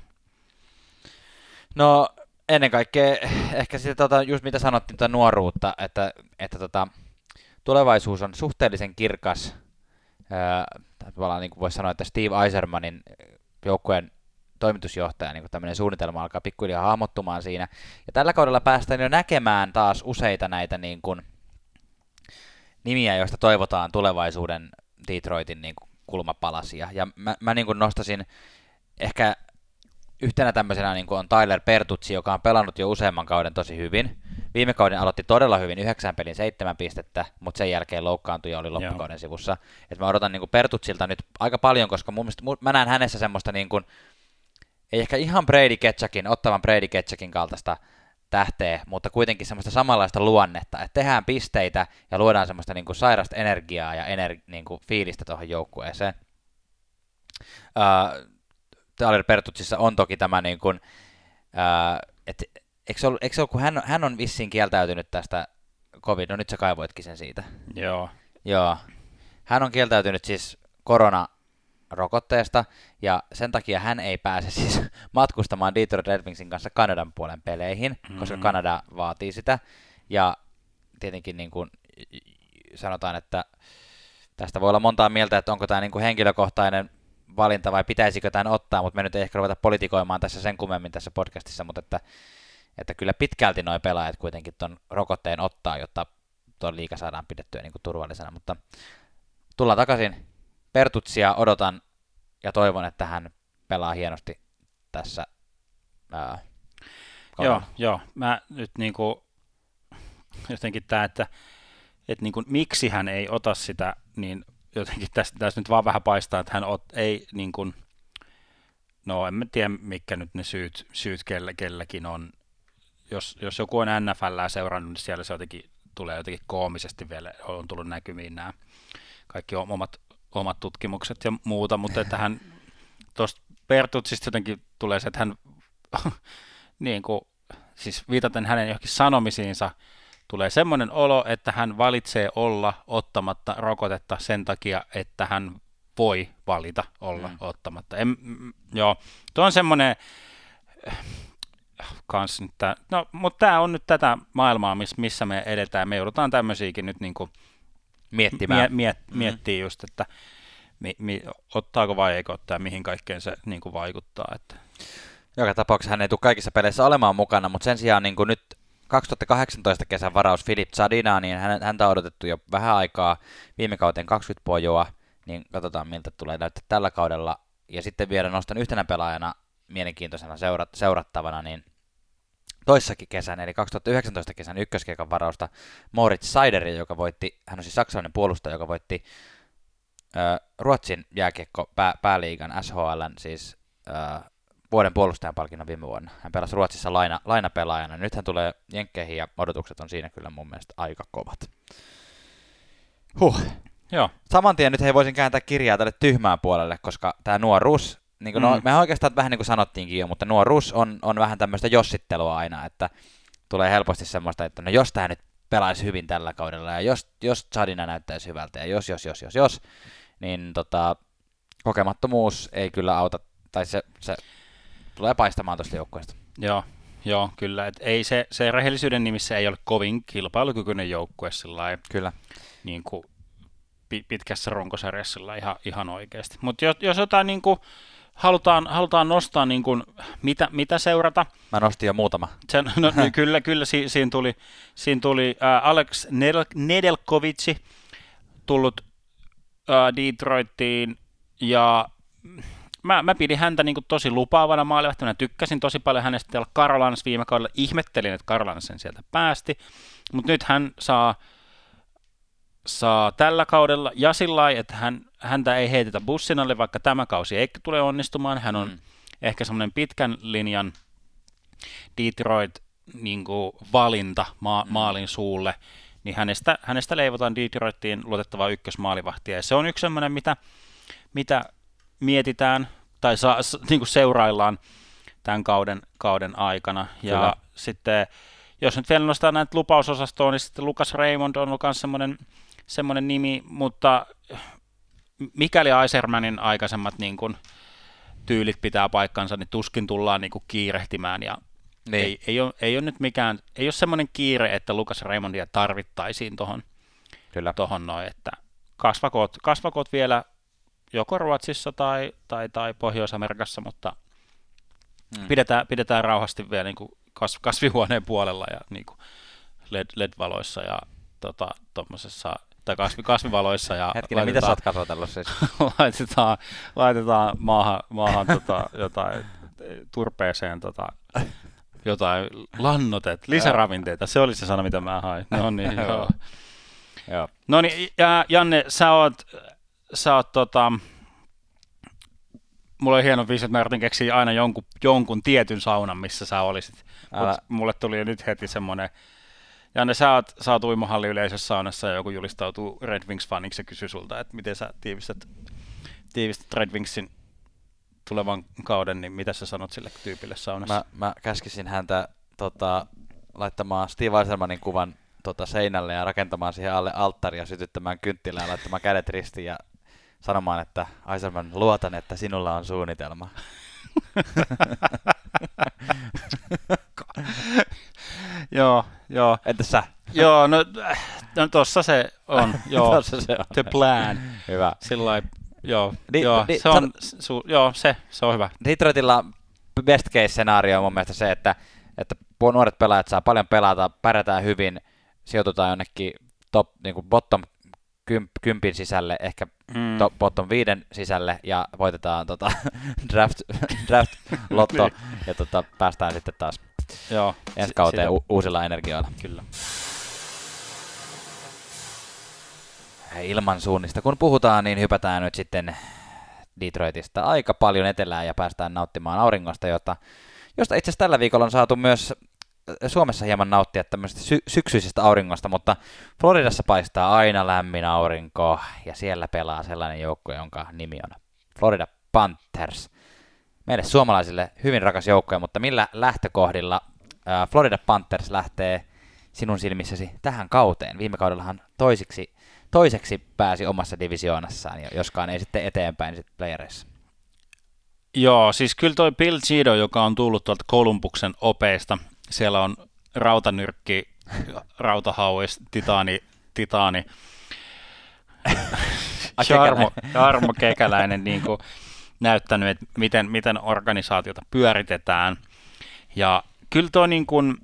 No ennen kaikkea ehkä sitten just mitä sanottiin, nuoruutta, että tulevaisuus on suhteellisen kirkas. Tavallaan niin kuin voisi sanoa, että Steve Yzermanin joukkueen toimitusjohtaja, niin kuin tämmöinen suunnitelma alkaa pikkuhiljaa hahmottumaan siinä. Ja tällä kaudella päästään jo näkemään taas useita näitä niin kuin nimiä, joista toivotaan tulevaisuuden Detroitin niin kuin kulmapalasia. Ja mä niin kuin nostasin ehkä yhtenä tämmöisenä niin kuin on Tyler Bertuzzi, joka on pelannut jo useamman kauden tosi hyvin. Viime kauden aloitti todella hyvin, 9 pelin 7 pistettä, mutta sen jälkeen loukkaantui ja oli loppukauden sivussa. Et mä odotan niin kuin Bertuzzilta nyt aika paljon, koska mä näen hänessä semmoista, niin kuin, ei ehkä ihan ottavan Brady Ketchakin kaltaista tähteä, mutta kuitenkin semmoista samanlaista luonnetta, että tehdään pisteitä ja luodaan semmoista niin kuin sairasta energiaa ja niin kuin fiilistä tuohon joukkueeseen. Tyler Bertuzzissa on toki tämä, niin kuin, että eikö se ollut, kun hän on vissiin kieltäytynyt tästä COVID, no nyt sä kaivoitkin sen siitä. Joo. Hän on kieltäytynyt siis koronarokotteesta, ja sen takia hän ei pääse siis matkustamaan Detroit Red Wingsin kanssa Kanadan puolen peleihin, koska Kanada vaatii sitä, ja tietenkin niin kuin sanotaan, että tästä voi olla montaa mieltä, että onko tämä niin kuin henkilökohtainen valinta vai pitäisikö tämän ottaa, mutta me nyt ei ehkä ruveta politikoimaan tässä sen kummemmin tässä podcastissa, mutta että kyllä pitkälti nuo pelaajat kuitenkin ton rokotteen ottaa, jotta tuon liiga saadaan pidettyä niin kuin turvallisena, mutta tullaan takaisin. Bertuzzia odotan ja toivon, että hän pelaa hienosti tässä Joo. Mä nyt niinku jotenkin tää, että niinku, miksi hän ei ota sitä, niin jotenkin tässä nyt vaan vähän paistaa, että hän ei niinku, no en mä tiedä mitkä nyt ne syyt kelläkin on. Jos joku on NFL:ää seurannut, niin siellä se jotenkin tulee jotenkin koomisesti vielä, on tullut näkymiin nämä kaikki omat tutkimukset ja muuta, mutta että hän tuosta Bertuzzista jotenkin tulee se, että hän niin kuin, siis viitaten hänen johonkin sanomisiinsa, tulee semmoinen olo, että hän valitsee olla ottamatta rokotetta sen takia, että hän voi valita olla ottamatta. Joo, tuo on semmoinen kans nyt mutta tämä on nyt tätä maailmaa, missä me edetään. Me joudutaan tämmöisiäkin nyt niin kuin miettiä just, että ottaako vai eikö ottaa, mihin kaikkeen se niin kuin vaikuttaa. Että. Joka tapauksessa hän ei tule kaikissa peleissä olemaan mukana, mutta sen sijaan niin kuin nyt 2018 kesän varaus Filip Zadina, niin häntä on odotettu jo vähän aikaa, viime kauteen 20 pojoa, niin katsotaan miltä tulee näyttää tällä kaudella. Ja sitten vielä nostan yhtenä pelaajana mielenkiintoisena seurattavana, niin toissakin kesän, eli 2019 kesän ykköskiekan varausta Moritz Seideri, joka voitti, hän on siis saksalainen puolustaja, joka voitti Ruotsin jääkiekko pääliigan SHL:n, siis vuoden puolustajan palkinnon viime vuonna. Hän pelasi Ruotsissa lainapelaajana. Nyt hän tulee jenkkeihin ja odotukset on siinä kyllä mun mielestä aika kovat. Joo. Saman tien nyt voisin kääntää kirjaa tälle tyhmään puolelle, koska tämä nuoruus, niin kuin me oikeastaan vähän niin kuin sanottiinkin jo, mutta nuoruus on vähän tämmöistä jossittelua aina, että tulee helposti semmoista, että no jos tämä nyt pelaisi hyvin tällä kaudella ja jos Zadina näyttäisi hyvältä ja jos, niin kokemattomuus ei kyllä auta, tai se tulee paistamaan tuosta joukkueesta. Joo, kyllä. Et ei se rehellisyyden nimissä ei ole kovin kilpailukykyinen joukkue sillä kyllä. Niin kuin pitkässä runkosarjassa ihan oikeasti. Mutta jos jotain niin kuin halutaan nostaa, niin kuin, mitä seurata. Mä nostin jo muutama. Kyllä siinä tuli Alex Nedeljkovic tullut Detroittiin, ja mä pidin häntä niin kuin tosi lupaavana maalivahtina. Mä tykkäsin tosi paljon hänestä täällä Carolinassa viime kaudella. Ihmettelin, että Carolina sen sieltä päästi, mutta nyt hän saa tällä kaudella ja sillä lailla, että häntä ei heitetä bussin alle, vaikka tämä kausi ei tule onnistumaan. Hän on ehkä semmoinen pitkän linjan Detroit niin kuin valinta maalin suulle, niin hänestä leivotaan Detroittiin luotettavaa ykkösmaalivahtia. Ja se on yksi semmoinen, mitä mietitään tai niin kuin seuraillaan tämän kauden aikana. Ja kyllä. Sitten, jos nyt vielä nostaa näitä lupausosastoa, niin sitten Lucas Raymond on myös semmoinen nimi, mutta mikäli Yzermanin aikaisemmat niin kuin tyylit pitää paikkansa, niin tuskin tullaan niin kuin kiirehtimään. Ja ei ole nyt mikään, ei ole semmoinen kiire, että Lucas Raymondia tarvittaisiin tuohon Kyllä. Tohon noin, että kasvakoot vielä joko Ruotsissa tai Pohjois-Amerikassa, mutta pidetään rauhasti vielä niin kuin kasvihuoneen puolella ja niin kuin LED-valoissa ja tommosessa, tai kasvivaloissa. Ja hetkinen, mitä sä oot kasvatellut siis? laitetaan maahan jotain turpeeseen jotain lannotet, lisäravinteita, se oli se sana, mitä mä hain. No niin, joo. Joo. No niin, ja Janne, sä oot mulla oli hieno visio, että mä yritin keksiä aina jonkun tietyn saunan, missä sä olisit. Mulle tuli nyt heti semmoinen, Janne, sä oot uimahalli yleisössä saunassa ja joku julistautuu Red Wings-faniksi ja kysyy sulta, että miten sä tiivistät Red Wingsin tulevan kauden, niin mitä sä sanot sille tyypille saunassa? Mä käskisin häntä laittamaan Steve Eisenmanin kuvan seinälle ja rakentamaan siihen alle alttaria, sytyttämään kynttilää ja laittamaan kädet ristiin ja sanomaan, että Eisenman, luotan, että sinulla on suunnitelma. Joo. Entäs sä? Joo, no tossa se on. Joo, Tossa se on. The plan. Hyvä. Sillain, joo, se on hyvä. Detroitilla best case scenario on mun mielestä se, että nuoret pelaajat saa paljon pelata, pärjätään hyvin, sijoitutaan jonnekin niin kuin bottom 10 sisälle, ehkä bottom 5 sisälle ja voitetaan draft lotto ja päästään sitten taas ensi kauteen uusilla energioilla. Kyllä. Ilmansuunnista kun puhutaan, niin hypätään nyt sitten Detroitista aika paljon etelään ja päästään nauttimaan auringosta, josta itse asiassa tällä viikolla on saatu myös Suomessa hieman nauttia tämmöisestä syksyisestä auringosta, mutta Floridassa paistaa aina lämmin aurinko ja siellä pelaa sellainen joukkue, jonka nimi on Florida Panthers. Meille suomalaisille hyvin rakas joukkue, mutta millä lähtökohdilla Florida Panthers lähtee sinun silmissäsi tähän kauteen? Viime kaudellahan toiseksi pääsi omassa divisioonassaan, joskaan ei sitten eteenpäin sitten playereissa. Joo, siis kyllä toi Bill Cheeto, joka on tullut tuolta Columbuksen opeista, siellä on rautanyrkki, rautahauis, titaani, Jarmo Kekäläinen niin kuin näyttänyt, että miten organisaatiota pyöritetään. Ja kyllä tuo niin kuin,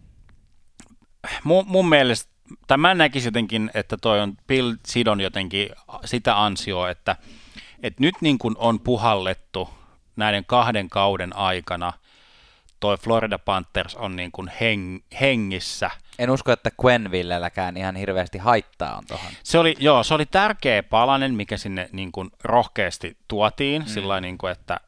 mun mielestä, tai mä näkisin jotenkin, että toi on Bill Cheeton jotenkin sitä ansioa, että nyt niin kuin on puhallettu näiden 2 kauden aikana, toi Florida Panthers on niin kuin hengissä. En usko, että Quennevillelläkään ihan hirveästi haittaa on tuohon. Se oli tärkeä palanen, mikä sinne niin kuin rohkeasti tuotiin, sillä niin kuin, että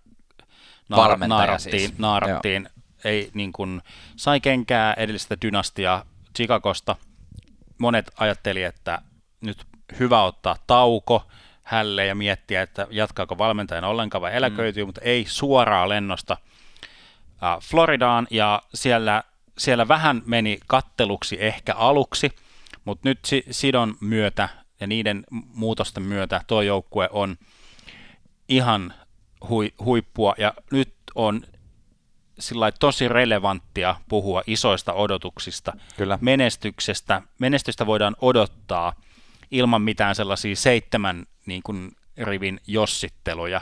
naarattiin. Ei niin kuin, sai kenkää edellistä dynastiaa Chicagosta. Monet ajatteli, että nyt hyvä ottaa tauko hälle ja miettiä, että jatkaako valmentajana ollenkaan vai eläköityy, mutta ei suoraa lennosta Floridaan, ja siellä vähän meni katteluksi ehkä aluksi, mutta nyt sidon myötä ja niiden muutosten myötä tuo joukkue on ihan huippua, ja nyt on sillai tosi relevanttia puhua isoista odotuksista, Kyllä. Menestystä voidaan odottaa ilman mitään sellaisia 7 niin kuin rivin jossitteluja.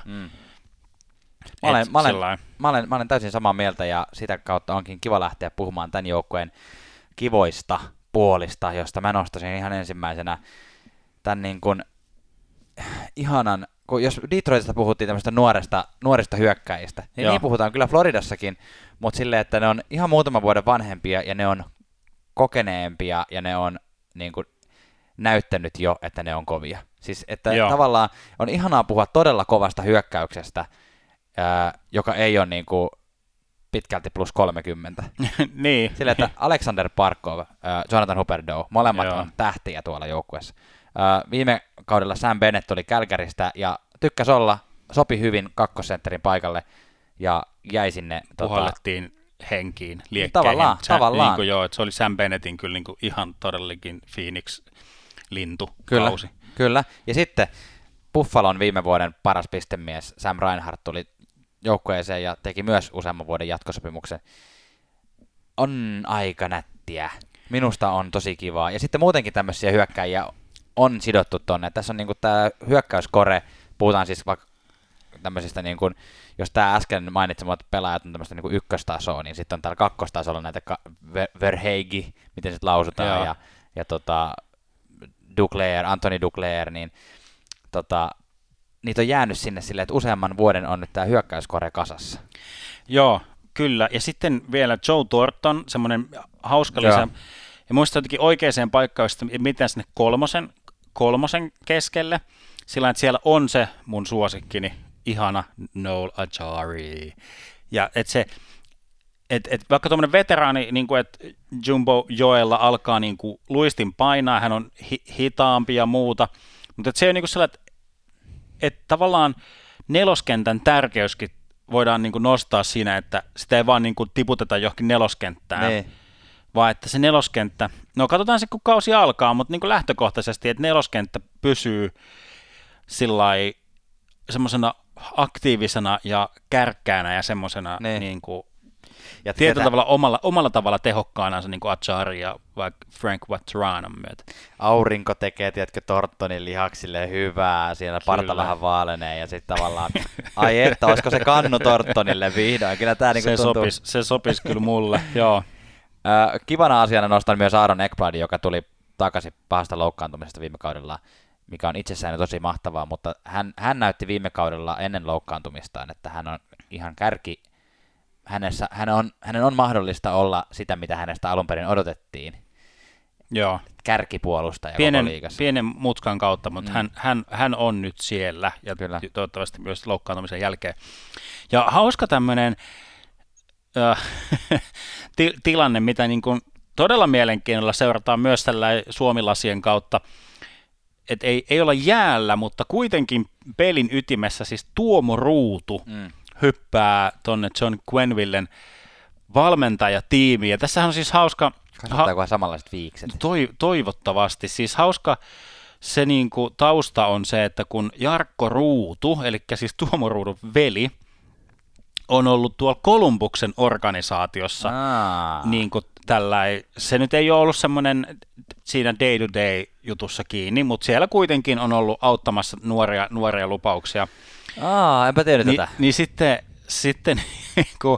Mä olen täysin samaa mieltä, ja sitä kautta onkin kiva lähteä puhumaan tämän joukkueen kivoista puolista, josta mä nostasin ihan ensimmäisenä tämän niin kuin ihanan, kun jos Detroitista puhuttiin tämmöistä nuorista hyökkäjistä, niin puhutaan kyllä Floridassakin, mutta silleen, että ne on ihan muutaman vuoden vanhempia ja ne on kokeneempia ja ne on niin kuin näyttänyt jo, että ne on kovia. Siis että tavallaan on ihanaa puhua todella kovasta hyökkäyksestä, joka ei ole niin kuin pitkälti plus 30. Niin. Sillä, että Alexander Barkov, Jonathan Huberdeau, molemmat on tähtiä tuolla joukkueessa. Viime kaudella Sam Bennett oli Calgarystä ja tykkäsi olla, sopi hyvin kakkosentterin paikalle ja jäi sinne. Puhallettiin henkiin, liekkeihin. Tavallaan. Niin että se oli Sam Bennettin kyllä niin kuin ihan todellakin Phoenix-lintu kausi. Kyllä, ja sitten Buffalon viime vuoden paras pistemies Sam Reinhart tuli joukkueeseen ja teki myös useamman vuoden jatkosopimuksen. On aika nättiä. Minusta on tosi kivaa. Ja sitten muutenkin tämmöisiä hyökkäjiä on sidottu tonne. Tässä on niinku tää hyökkäyskore, puhutaan siis vaikka tämmöisistä, niinku, jos tää äsken mainitsemat pelaajat on tämmöistä niinku ykköstasoa, niin sitten on täällä kakkostasolla näitä Verheegi, miten sit lausutaan, ja Duclair, Anthony Duclair, niin niitä on jäänyt sinne silleen, että useamman vuoden on nyt tää hyökkäyskore kasassa. Joo, kyllä. Ja sitten vielä Joe Thornton, semmoinen hauska lisä. Ja muistan jotenkin oikeaan paikkaan, miten sinne kolmosen keskelle, sillä että siellä on se mun suosikkini, ihana Noel Acciari. Ja että vaikka tuommoinen veteraani, niin kuin, että Jumbo Joella alkaa niin kuin luistin painaa, hän on hitaampi ja muuta, mutta että se on niin kuin sellainen, että tavallaan neloskentän tärkeyskin voidaan niin kuin nostaa siinä, että sitä ei vaan niin kuin tiputeta johonkin neloskenttään, vaan että se neloskenttä, no katsotaan se kun kausi alkaa, mutta niin kuin lähtökohtaisesti, että neloskenttä pysyy sillai semmoisena aktiivisena ja kärkkäänä ja semmoisena niin kuin ja tietyllä tavalla omalla tavalla tehokkaana se niin kuin Acciari ja vaikka Frank Vatranon myötä. Aurinko tekee, tiedätkö, Thorntonin lihaksille hyvää, siellä parta vähän vaalenee ja sitten tavallaan, ai että, olisiko se kannu Thorntonille vihdoin, kyllä tämä niin tuntuu. Se sopisi kyllä mulle, joo. Kivana asiana nostan myös Aaron Ekbladin, joka tuli takaisin pahasta loukkaantumisesta viime kaudella, mikä on itsessään tosi mahtavaa, mutta hän näytti viime kaudella ennen loukkaantumistaan, että hän on ihan kärki. Hänen on mahdollista olla sitä, mitä hänestä alun perin odotettiin. Joo. Kärkipuolustaja koko liigassa. Pienen mutkan kautta, mutta hän on nyt siellä ja kyllä. Toivottavasti myös loukkaantumisen jälkeen. Ja hauska tämmöinen tilanne, mitä niin kuin todella mielenkiinnolla seurataan myös tällä Suomi-lasien kautta, että ei olla jäällä, mutta kuitenkin pelin ytimessä siis Tuomo Ruutu hyppää tonne John Quenneville'n valmentajatiimiin. Ja tässä on siis hauska. Kasvattaako samanlaiset viikset? Toivottavasti. Siis hauska se niinku tausta on se, että kun Jarkko Ruutu, eli siis Tuomo Ruudun veli, on ollut tuolla Columbuksen organisaatiossa, niin kuin tällainen, se nyt ei ole ollut semmoinen siinä day-to-day-jutussa kiinni, mutta siellä kuitenkin on ollut auttamassa nuoria lupauksia. Enpä tiedä tätä. Niin sitten kun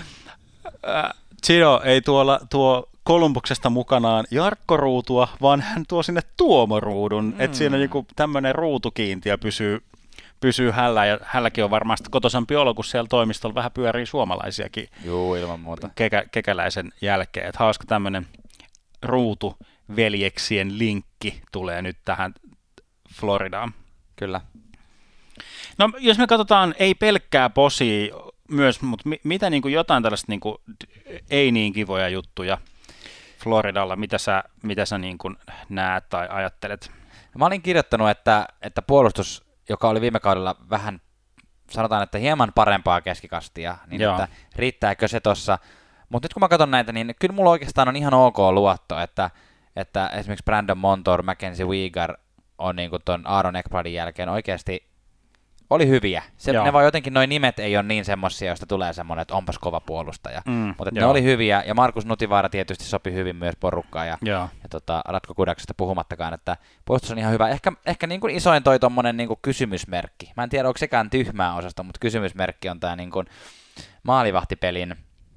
Gino ei tuo Columbuksesta mukanaan Jarkko Ruutua, vaan hän tuo sinne Tuomo Ruudun, että siinä tämmöinen ruutukiintiö pysyy hällä, ja hälläkin on varmasti kotoisampi olo, kun siellä toimistolla vähän pyörii suomalaisiakin. Juu, ilman muuta. Kekäläisen jälkeen, että hauska tämmöinen ruutuveljeksien linkki tulee nyt tähän Floridaan. Kyllä. No jos me katsotaan, ei pelkkää posia myös, mutta mitä niin kuin jotain tällaista niin kuin, ei niin kivoja juttuja Floridalla, mitä sä niin kuin näet tai ajattelet? Mä olin kirjoittanut, että puolustus, joka oli viime kaudella vähän, sanotaan, että hieman parempaa keskikastia, niin että riittääkö se tossa. Mutta nyt kun mä katson näitä, niin kyllä mulla oikeastaan on ihan ok luotto, että esimerkiksi Brandon Montour, Mackenzie Weegar on niin kuin ton Aaron Ekbladin jälkeen oikeasti oli hyviä. Ne vaan jotenkin noi nimet ei ole niin semmosia, joista tulee semmoinen, että onpas kova puolustaja. Mutta ne oli hyviä, ja Markus Nutivaara tietysti sopi hyvin myös porukkaan, ja Ratko Kudaksesta puhumattakaan, että puolustus on ihan hyvä. Ehkä niin kuin isoin toi tommonen niin kuin kysymysmerkki. Mä en tiedä, onko sekään tyhmää osasta, mutta kysymysmerkki on tää niin kuin maalivahtipelin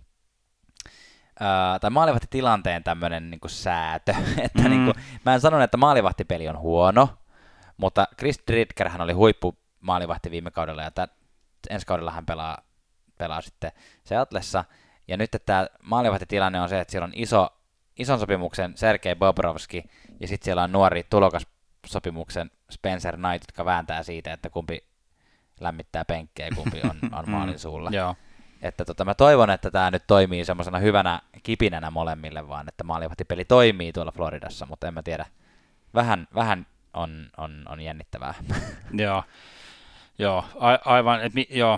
tai maalivahtitilanteen tämmönen niin kuin säätö. Että niin kuin, mä en sano, että maalivahtipeli on huono, mutta Chris Dridgerhän oli huippu maalivahti viime kaudella, ja ensi kaudella hän pelaa sitten Seatlessa, ja nyt tämä maalivahtitilanne on se, että siellä on ison sopimuksen Sergei Bobrovski, ja sitten siellä on nuori tulokassopimuksen Spencer Knight, jotka vääntää siitä, että kumpi lämmittää penkkejä ja kumpi on maalin suulla. Että mä toivon, että tämä nyt toimii semmoisena hyvänä kipinänä molemmille, vaan että maalivahtipeli toimii tuolla Floridassa, mutta en mä tiedä. Vähän on jännittävää. Joo, aivan, joo.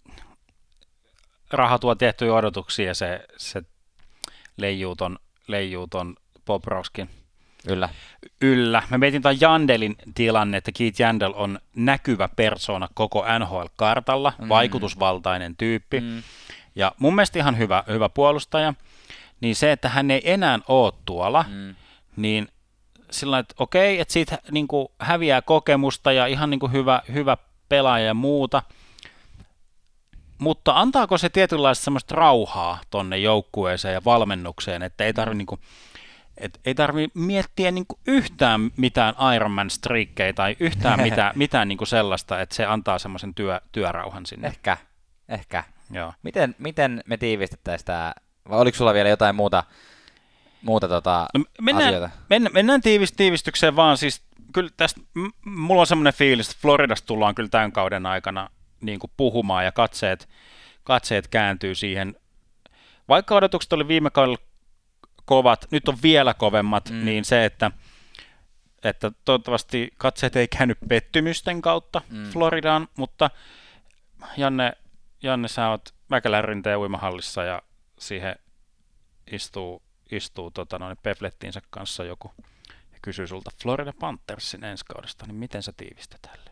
Raha tuo tiettyjä odotuksia ja se leijuu ton Bobrovskin yllä. Mä mietin tämän Jandelin tilanne, että Keith Yandel on näkyvä persona koko NHL-kartalla, vaikutusvaltainen tyyppi, ja mun mielestä ihan hyvä puolustaja, niin se, että hän ei enää ole tuolla, niin sillä että okei, että siitä niin kuin häviää kokemusta ja ihan niin kuin hyvä pelaaja ja muuta, mutta antaako se tietynlaista semmoista rauhaa tonne joukkueeseen ja valmennukseen, että ei tarvitse niin ei tarvitse miettiä niin kuin yhtään mitään Ironman-striikkejä tai yhtään mitään niin kuin sellaista, että se antaa semmoisen työrauhan sinne. Ehkä. Joo. Miten me tiivistettäisiin tämä, vai oliko sulla vielä jotain muuta asioita? Mennään tiivistykseen vaan, siis kyllä tästä, mulla on semmoinen fiilis, että Floridasta tullaan kyllä tämän kauden aikana niin kuin puhumaan ja katseet kääntyy siihen. Vaikka odotukset oli viime kaudella kovat, nyt on vielä kovemmat, niin se, että toivottavasti katseet ei käänny pettymysten kautta Floridaan, mutta Janne, sä oot Mäkelän rinteen uimahallissa ja siihen istuu peflettiinsä kanssa joku ja kysyy sulta Florida Panthersin ensi kaudesta, niin miten sä tiivistät tälle?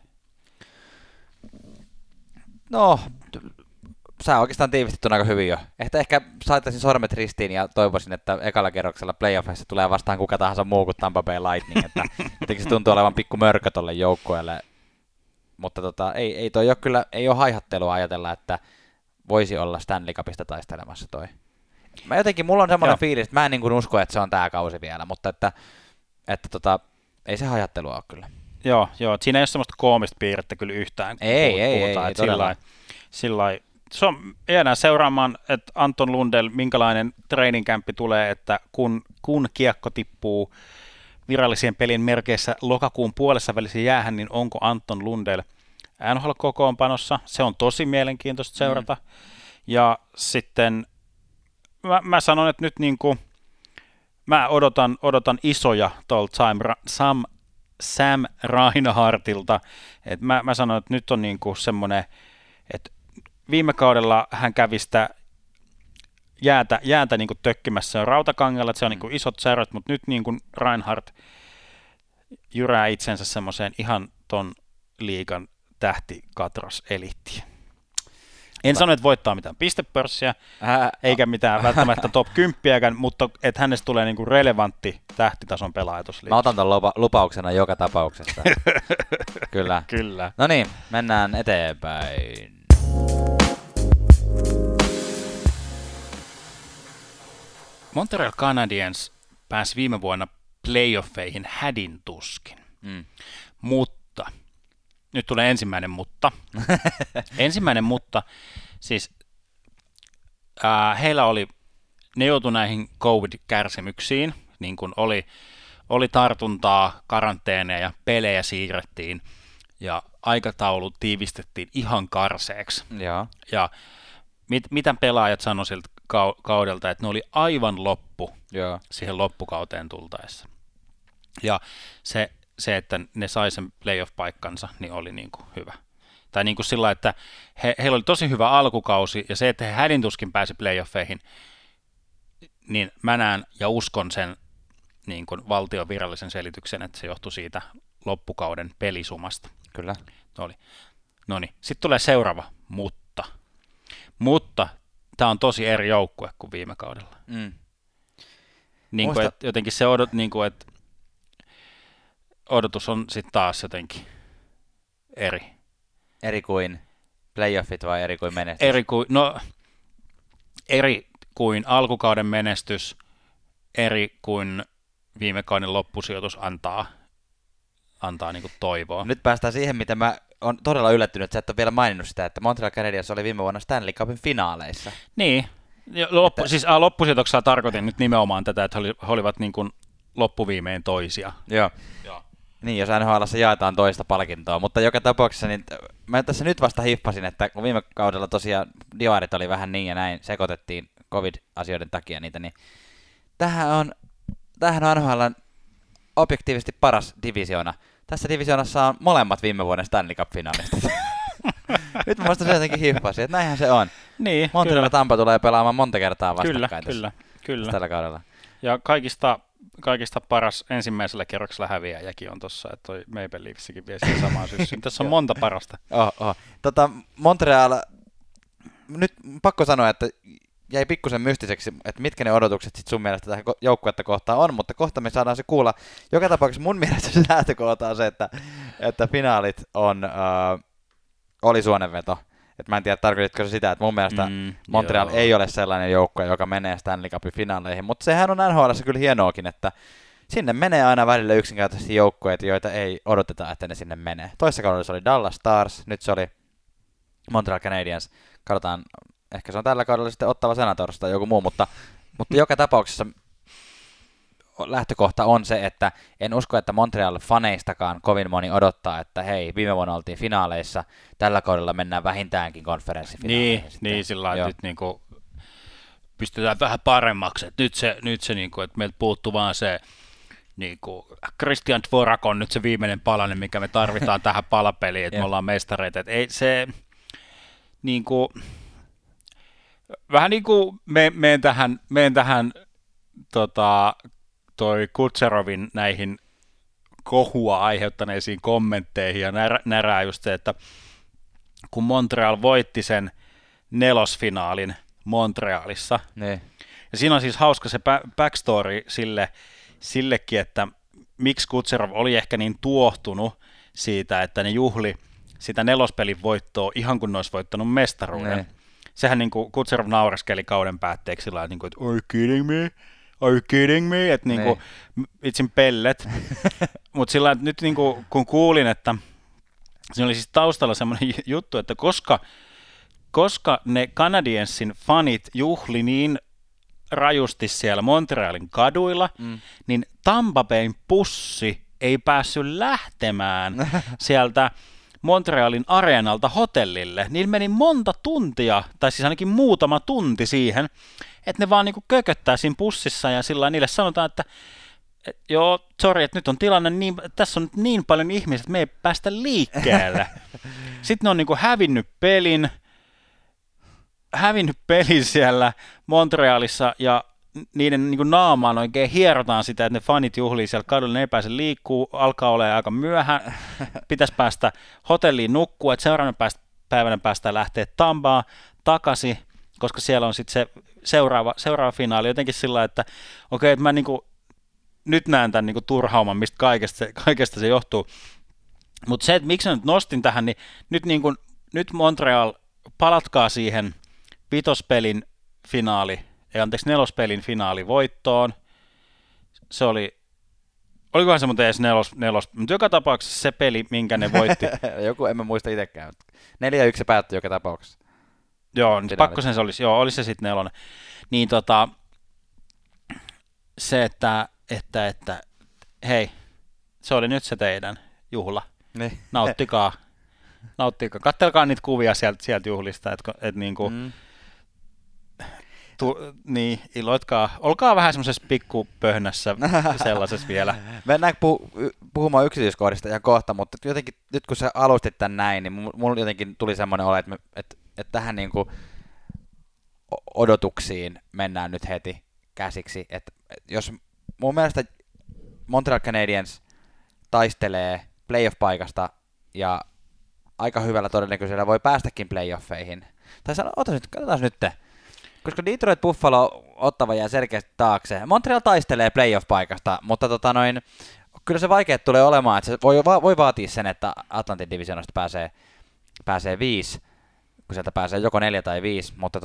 No, sä oikeastaan tiivistit aika hyvin jo. Ehkä saittaisin sormet ristiin ja toivoisin, että ekalla kerroksella playoffissa tulee vastaan kuka tahansa muu kuin Tampa Bay Lightning, että jotenkin se tuntuu olevan pikku mörkö tolle joukkueelle. Mutta ei toi ole kyllä, ei ole haihattelua ajatella, että voisi olla Stanley Cupista taistelemassa toi. Mulla on semmoinen fiilis, että mä en niin kuin usko, että se on tää kausi vielä, mutta että ei se haihattelua ole kyllä. Joo, siinä ei ole semmoista koomista piirrettä kyllä yhtään. Ei Sillai. Jäädään seuraamaan, että Anton Lundell, minkälainen training campi tulee, että kun kiekko tippuu virallisien pelin merkeissä lokakuun puolessa välissä jäähän, niin onko Anton Lundell NHL-kokoonpanossa? Se on tosi mielenkiintoista seurata. Ja sitten mä sanon, että nyt niin kuin, mä odotan isoja tuolta Sam Reinhardtilta. Et mä sanon, että nyt on niin kuin semmoinen, että viime kaudella hän kävi sitä jäätä niin kuin tökkimässä rautakangella, että se on niin kuin isot säröt, mutta nyt niin kuin Reinhardt jyrää itsensä semmoiseen ihan ton liigan tähtikatros-eliittiin. En sano, että voittaa mitään pistepörssiä, eikä mitään välttämättä top 10, mutta että hänestä tulee niinku relevantti tähtitason pelaaja tuossa liigassa. Mä otan ton lupauksena joka tapauksessa. Kyllä. No niin, mennään eteenpäin. Montreal Canadiens pääsi viime vuonna playoffeihin hädin tuskin, mutta nyt tulee ensimmäinen mutta. Siis heillä ne joutui näihin COVID-kärsimyksiin, niin kuin oli tartuntaa, karanteeneja, pelejä siirrettiin ja aikataulu tiivistettiin ihan karseeksi. Ja mitä pelaajat sanoi siltä kaudelta, että ne oli aivan loppu siihen loppukauteen tultaessa. Ja se, että ne sai sen playoff-paikkansa, niin oli niin kuin hyvä. Tai niin kuin sillä, että heillä oli tosi hyvä alkukausi, ja se, että he hädintuskin pääsi playoffeihin, niin mä näen ja uskon sen niin kuin valtion virallisen selityksen, että se johtui siitä loppukauden pelisumasta. Kyllä. No niin, sitten tulee seuraava, mutta tämä on tosi eri joukkue kuin viime kaudella. Niin kuin, että jotenkin se odotus on sitten taas jotenkin eri. Eri kuin playoffit vai eri kuin menestys? Eri kuin alkukauden menestys, eri kuin viime kauden loppusijoitus antaa niin kuin toivoa. Nyt päästään siihen, mitä mä oon todella yllättynyt, että sä et ole vielä maininnut sitä, että Montreal Canadiens oli viime vuonna Stanley Cupin finaaleissa. Niin, siis loppusijoituksella tarkoitin nyt nimenomaan tätä, että he olivat niin kuin loppuviimein toisia. Joo. Niin, jos NHL:ssä jaetaan toista palkintoa, mutta joka tapauksessa niin mä tässä nyt vasta hiffasin, että kun viime kaudella tosiaan divarit oli vähän niin ja näin, sekoitettiin COVID-asioiden takia niitä, niin tämähän on NHL:n objektiivisesti paras divisioona. Tässä divisioonassa on molemmat viime vuoden Stanley Cup-finaalistit. Nyt mä vasta se jotenkin hiffasin, että näinhän se on. Niin, Montreal ja Tampa tulee pelaamaan monta kertaa vastakkain kyllä. Tällä kaudella. Ja kaikista paras ensimmäisellä kerroksella häviäjäkin on tossa, että toi Maple Leafsikin vie siihen samaan syssyyn. Tässä on monta parasta. Montreal, nyt pakko sanoa, että jäi pikkusen mystiseksi, että mitkä ne odotukset sit sun mielestä tähän joukkuetta kohtaan on, mutta kohta me saadaan se kuulla. Joka tapauksessa mun mielestä se lähtökohta on se, että finaalit oli suonenveto. Et mä en tiedä, tarkoititko se sitä, että mun mielestä Montreal ei ole sellainen joukkue, joka menee Stanley Cupin finaaleihin, mutta sehän on NHL:ssä kyllä hienoakin, että sinne menee aina välillä yksinkertaisesti joukkueita, joita ei odoteta, että ne sinne menee. Toissa kaudella se oli Dallas Stars, nyt se oli Montreal Canadiens. Katsotaan, ehkä se on tällä kaudella sitten Ottawa Senators tai joku muu, mutta joka tapauksessa lähtökohta on se, että en usko, että Montreal-faneistakaan kovin moni odottaa, että hei, viime vuonna oltiin finaaleissa, tällä kaudella mennään vähintäänkin konferenssifinaaleihin. Niin sillä lailla nyt niinku pystytään vähän paremmaksi, että nyt se niinku, että meiltä puuttuu vaan se niinku, Christian Dvorak on nyt se viimeinen palanen, mikä me tarvitaan tähän palapeliin, että me ollaan mestareita, että ei se niinku, vähän niinku meen tähän toi Kutserovin näihin kohua aiheuttaneisiin kommentteihin ja närää just se, että kun Montreal voitti sen nelosfinaalin Montrealissa, niin. Ja siinä on siis hauska se backstory sillekin, että miksi Kutserov oli ehkä niin tuohtunut siitä, että ne juhli sitä nelospelin voittoa ihan kun ne olisi voittanut mestaruuden. Niin. Sehän niin kuin Kutserov naureskeli kauden päätteeksi sillä lailla, että are you kidding me? Are you kidding me? Että niin kuin, itsin pellet. Mutta sillä lailla, nyt niin kuin, kun kuulin, että siinä oli siis taustalla semmoinen juttu, että koska ne Canadiensin fanit juhli niin rajusti siellä Montrealin kaduilla, niin Tampa Bayn bussi ei päässyt lähtemään sieltä Montrealin areenalta hotellille. Niin meni monta tuntia, tai siis ainakin muutama tunti siihen, että ne vaan niinku kököttää siinä bussissa ja sillä niille sanotaan, että joo, sori, että nyt on tilanne, tässä on nyt niin paljon ihmisiä, että me ei päästä liikkeelle. Sitten ne on niinku hävinnyt pelin siellä Montrealissa ja niiden niin kuin naamaan oikein hierotaan sitä, että ne fanit juhlii siellä kadulla, ne ei pääse liikkuu, alkaa olla aika myöhään, pitäisi päästä hotelliin nukkua, että seuraavana päivänä päästään lähteä Tampaan takaisin, koska siellä on sitten se seuraava finaali jotenkin sillä, että okei, että mä niin kuin, nyt näen tämän niin kuin turhauman, mistä kaikesta se johtuu, mutta se, että miksi mä nyt nostin tähän, niin nyt Montreal, palatkaa siihen vitospelin nelospelin finaali voittoon. Se olikohan se muuten edes nelos, mutta joka tapauksessa se peli, minkä ne voitti. Joku, en mä muista itsekään. 4-1 se päättyi joka tapauksessa. Joo, pakko sen se olisi. Joo, olisi se sitten nelonen. Niin se, että hei, se oli nyt se teidän juhla. Niin. Nauttikaa. Kattelkaa niitä kuvia sieltä juhlista, että niinku, niin, iloitkaa. Olkaa vähän semmoisessa pikkupöhnässä sellaisessa vielä. Mennään puhumaan yksityiskohdista ihan kohta, mutta jotenkin nyt kun sä alustit tän näin, niin mulla jotenkin tuli semmoinen olo, että tähän niinku odotuksiin mennään nyt heti käsiksi. Että jos mun mielestä Montreal Canadiens taistelee playoff-paikasta ja aika hyvällä todennäköisyydellä voi päästäkin playoffeihin. Tai katsotaan nyt. Koska Detroit, Buffalo, Ottawa jää selkeästi taakse. Montreal taistelee playoff-paikasta, mutta kyllä se vaikea tulee olemaan, että se voi vaatia sen, että Atlantin divisioonasta pääsee 5, kun sieltä pääsee joko 4 tai 5, mutta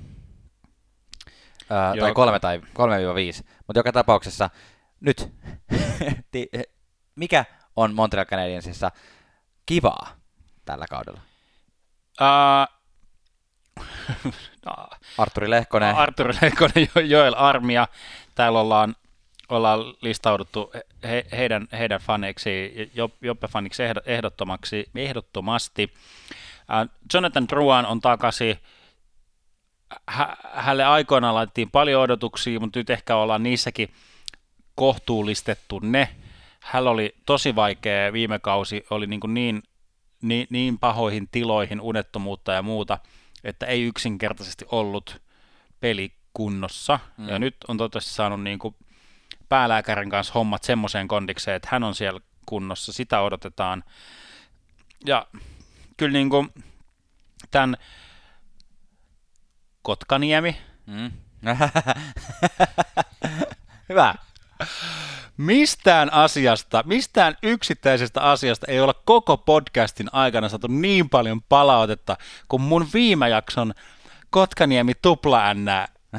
tai 3-5. Mutta joka tapauksessa nyt, mikä on Montreal Canadiensissa kivaa tällä kaudella? Artturi Lehkonen, Joel Armia. Täällä ollaan listauduttu heidän faneiksi, Joppe-faniksi ehdottomasti. Jonathan Drouin on takaisin. Hänelle aikoinaan laitettiin paljon odotuksia, mutta nyt ehkä ollaan niissäkin kohtuullistettu ne. Hänellä oli tosi vaikea viime kausi, oli niin pahoihin tiloihin, unettomuutta ja muuta, että ei yksinkertaisesti ollut peli kunnossa. Ja nyt on toivottavasti saanut niin kuin päälääkärin kanssa hommat semmoiseen kondikseen, että hän on siellä kunnossa, sitä odotetaan. Ja kyllä niin kuin tämän Kotkaniemi, Hyvä. Mistään yksittäisestä asiasta ei ole koko podcastin aikana saatu niin paljon palautetta kuin mun viime jakson Kotkaniemi tupla N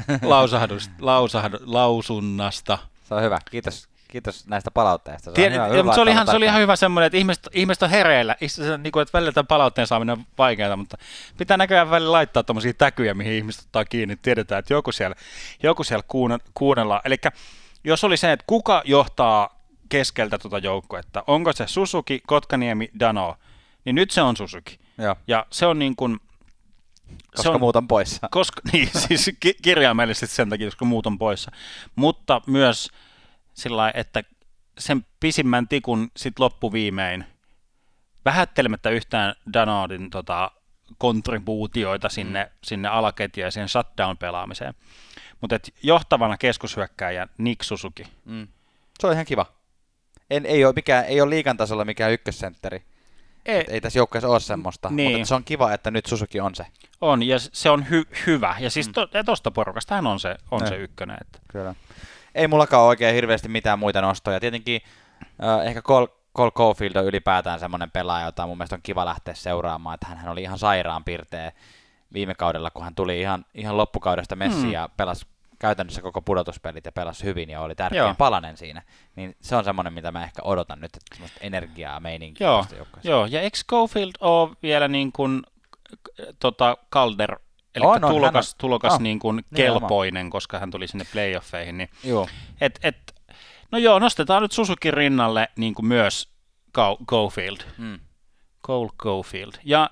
lausunnasta. Se on hyvä. Kiitos näistä palautteista. Se oli ihan hyvä semmoinen, että ihmiset on hereillä. Niin kuin, että välillä tämän palautteen saaminen on vaikeaa, mutta pitää näköjään välillä laittaa tommosia täkyjä, mihin ihmiset ottaa kiinni. Tiedetään, että joku siellä kuunnellaan. Eli jos oli se, että kuka johtaa keskeltä tuota joukkuetta, onko se Suzuki, Kotkaniemi, Dano, niin nyt se on Suzuki. Joo. Ja se on niin kuin... Koska muut on poissa. Niin, siis kirjaimellisesti sen takia, koska muut on poissa. Mutta myös sillä lailla, että sen pisimmän tikun sit loppuviimein, vähättelemättä yhtään Danodin kontribuutioita sinne alaketjuun ja siihen shutdown-pelaamiseen. Mutta johtavana keskushyökkääjä Nick Suzuki. Se on ihan kiva. Ei ole liigan tasolla mikään ykkössentteri. Ei tässä joukkueessa ole semmoista, mutta se on kiva, että nyt Suzuki on se. On, ja se on hyvä. Ja siis tuosta porukasta hän on se ykkönen. Että. Kyllä. Ei mullakaan ole oikein hirveästi mitään muita nostoja. Tietenkin ehkä Cole Caulfield on ylipäätään semmoinen pelaaja, jota mun mielestä on kiva lähteä seuraamaan. Että hän oli ihan sairaan pirteä viime kaudella, kun hän tuli ihan loppukaudesta messiin ja pelasi käytännössä koko pudotuspelit ja pelasi hyvin ja oli tärkeä palanen siinä. Niin se on semmoinen, mitä mä ehkä odotan nyt, että semmoista energiaa, meininkiä tästä joukkueesta. Joo, ja eikö Caulfield ole vielä niin kuin Calder, eli tulokas niin kuin kelpoinen, koska hän tuli sinne playoffeihin. Niin joo. No joo, nostetaan nyt Suzukin rinnalle niin kuin myös Caulfield. Cole Caulfield.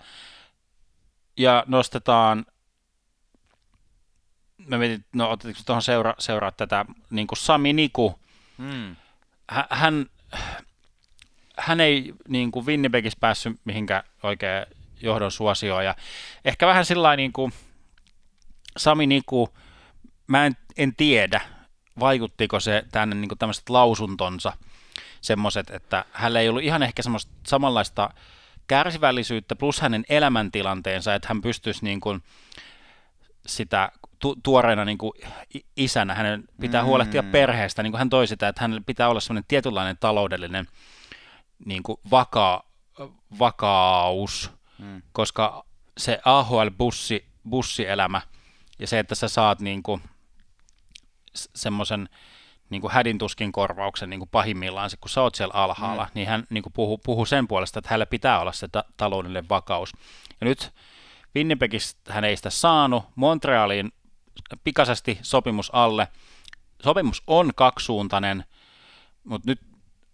Ja nostetaan, mä mietin, no otettiinko tuohon seuraa tätä, niin kuin Sami Niku. Hän ei niin kuin Winnipegissä päässyt mihinkään oikein johdon suosioon, ja ehkä vähän sillain niin kuin Sami Niku, mä en tiedä, vaikuttiko se tänne niin kuin tämmöiset lausuntonsa semmoiset, että hänellä ei ollut ihan ehkä semmoista samanlaista kärsivällisyyttä plus hänen elämäntilanteensa, että hän pystyisi niin kuin sitä tuoreena niin kuin isänä, hänen pitää huolehtia perheestä, niin kuin hän toi sitä, että hänellä pitää olla semmoinen tietynlainen taloudellinen niin kuin vakaus, koska se AHL-bussielämä ja se, että sä saat niin kuin semmoisen niin kuin hädintuskin korvauksen niin kuin pahimmillaan, kun sä oot siellä alhaalla, niin hän niin kuin puhuu sen puolesta, että hänellä pitää olla se taloudellinen vakaus. Ja nyt Winnipegistä hän ei sitä saanut, Montrealiin pikaisesti sopimus alle. Sopimus on kaksisuuntainen, mutta nyt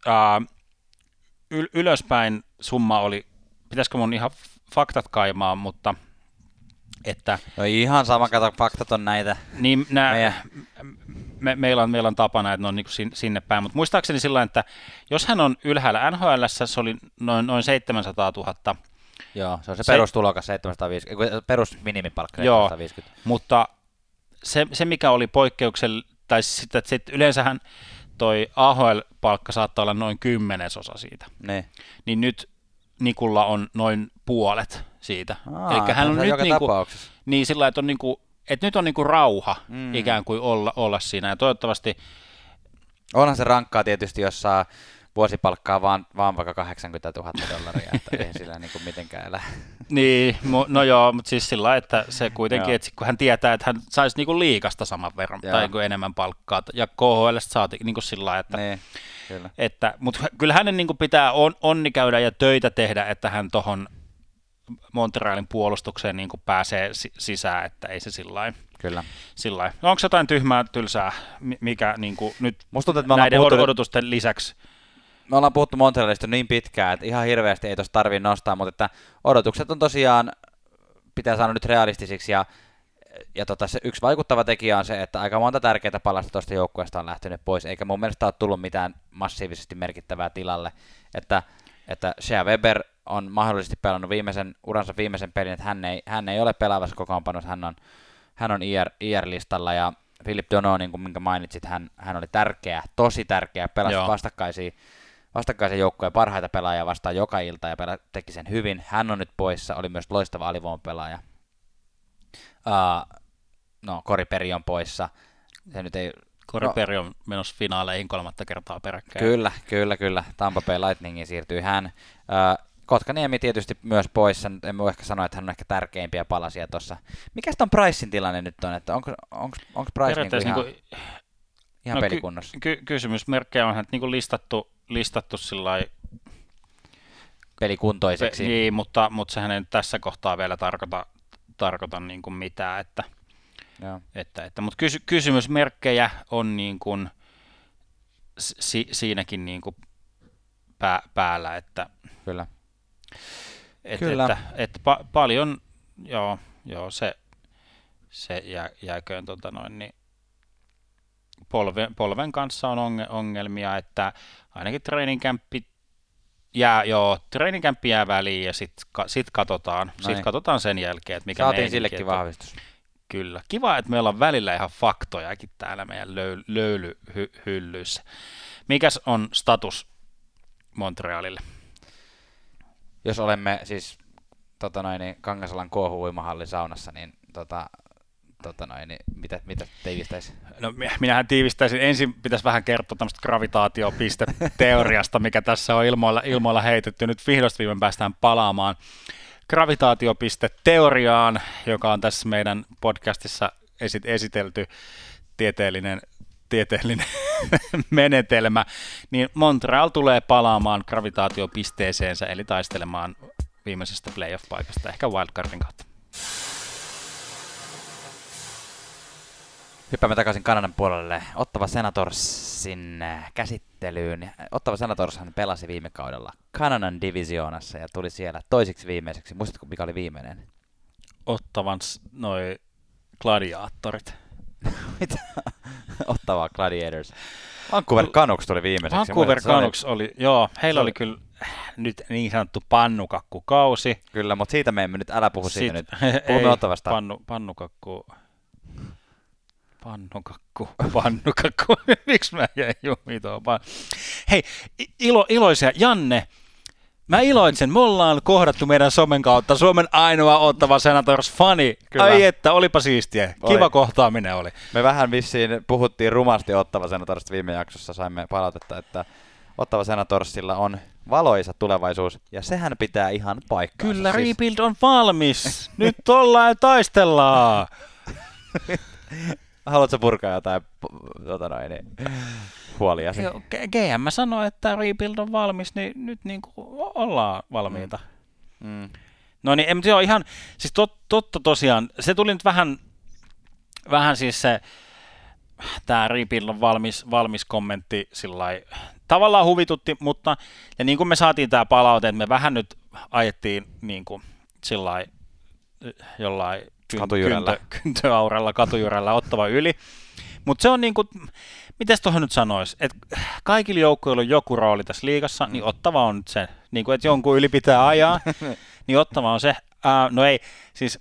ylöspäin summa oli, pitäisikö mun ihan faktat kaimaa, mutta että... No ihan sama, kato, faktat on näitä. Niin meillä on tapana, että ne on niin kuin sinne päin, mutta muistaakseni sillä että jos hän on ylhäällä NHL:ssä, se oli noin 700 000. Joo, se on se perustulokas 750, perusminimipalkka 750. Joo, mutta se mikä oli poikkeuksellinen, tai sitten että yleensähän toi AHL-palkka saattaa olla noin 10% siitä. Niin nyt Nikulla on noin puolet siitä. Eli hän on nyt niin sillä että on niinku, että nyt on niinku rauha ikään kuin olla siinä, ja toivottavasti... Onhan se rankkaa tietysti, jos saa vuosipalkkaa vaan vaikka $80,000, että ei sillä niinku mitenkään elää. Niin, no joo, mutta siis sillä että se kuitenkin, että kun hän tietää, että hän saisi niinku liigasta saman verran tai niinku enemmän palkkaa, ja KHL:stä saa niinku sillä että... Niin, kyllä. Mutta kyllä hänen niinku pitää onni käydä ja töitä tehdä, että hän tuohon Montrealin puolustukseen niin kuin pääsee sisään, että ei se sillain. Kyllä. Sillain. No onko jotain tyhmää, tylsää, mikä niin kuin nyt tuntuu, että näiden odotusten lisäksi? Me ollaan puhuttu Montrealista niin pitkään, että ihan hirveästi ei tuossa tarvitse nostaa, mutta että odotukset on tosiaan, pitää saada nyt realistisiksi, ja se yksi vaikuttava tekijä on se, että aika monta tärkeää palasta tuosta joukkueesta on lähtenyt pois, eikä mun mielestä ole tullut mitään massiivisesti merkittävää tilalle, että Shea Weber on mahdollisesti pelannut uransa viimeisen pelin, että hän ei ole pelaavassa kokoonpanossa, hän on IR-listalla, ja Philip Danault, niin kuin minkä mainitsit, hän oli tärkeä, tosi tärkeä, pelasi vastakkaisen joukkueen parhaita pelaajia vastaan joka ilta ja teki sen hyvin. Hän on nyt poissa, oli myös loistava alivoimapelaaja. no Corey Perry on poissa. Se nyt ei... Corey Perry on menossa finaaleihin 3 kertaa peräkkäin. Kyllä. Tampa Bay Lightningiin siirtyy hän. Kotkaniemi tietysti myös poissa. En voi ehkä sanoa, että hän on ehkä tärkeimpiä palasia tuossa. Mikäs ton Pricein tilanne nyt on? Että onko Price ihan pelikunnossa? Kysymysmerkkejä on niin listattu sillai pelikuntoiseksi. Niin, mutta sehän ei tässä kohtaa vielä tarkoita niin kuin mitään, mutta kysymysmerkkejä on niin kuin siinäkin niin kuin päällä, että kyllä. Että paljon joo se jääköön niin polven kanssa on ongelmia, että ainakin training camp jää väliin ja sit katsotaan. Sitten katsotaan sen jälkeen, että mikä saatiin sillekin vahvistus. Kyllä. Kiva, että meillä on välillä ihan faktojakin täällä meidän löylyhyllyissä. Mikäs on status Montrealille? Jos olemme siis Kangasalan Kuohu-uimahallin saunassa, niin mitä tiivistäisi? No minähän tiivistäisin. Ensin pitäisi vähän kertoa tämmöistä gravitaatiopisteteoriasta, mikä tässä on ilmoilla heitetty. Nyt vihdoista viimein päästään palaamaan gravitaatiopisteteoriaan, joka on tässä meidän podcastissa esitelty tieteellinen menetelmä, niin Montreal tulee palaamaan gravitaatiopisteeseensä, eli taistelemaan viimeisestä playoff-paikasta, ehkä wildcardin kautta. Hyppäämme takaisin Kanadan puolelle Ottawa Senatorsin käsittelyyn. Ottawa Senatorshan pelasi viime kaudella Kanadan divisioonassa ja tuli siellä toiseksi viimeiseksi. Muistatko, mikä oli viimeinen? Ottavan noi gladiaattorit. Mitä? Ottawa Gladiators. Vancouver Canucks tuli viimeiseksi. Vancouver Canucks oli, joo, heillä oli kyllä nyt niin sanottu pannukakkukausi. Kyllä, mutta siitä me emme nyt, älä puhu siitä nyt. Puhumme Ottawasta. Pannukakku. Miksi mä jäin jumiin tuohon? Hei, iloisia. Janne, mä iloitsen. Me ollaan kohdattu meidän somen kautta Suomen ainoa Ottawa Senators-fani. Kyllä. Ai että, olipa siistiä. Kiva kohtaaminen oli. Me vähän vissiin puhuttiin rumasti Ottawa Senatorsista viime jaksossa. Saimme palautetta, että Ottawa Senatorsilla on valoisa tulevaisuus, ja sehän pitää ihan paikkaansa. Kyllä, rebuild on valmis. Nyt ollaan ja taistellaan. Haluatko purkaa jotain huoliasi? GM sanoi, että rebuild on valmis, niin nyt niin kuin ollaan valmiita. No niin, se on ihan, siis totta tosiaan, se tuli nyt vähän siis se, tämä rebuild on valmis kommentti sillai, tavallaan huvitutti, mutta ja niin kuin me saatiin tämä palaute, että me vähän nyt ajettiin niin kuin sillai jollain kyntöauralla, katujyrällä Ottava yli. Mutta se on niin kuin, mites tuohon nyt sanoisi, että kaikilla joukkueilla on joku rooli tässä liigassa, niin Ottava on nyt se, niin kuin, että jonkun yli pitää ajaa, niin Ottava on se, no ei, siis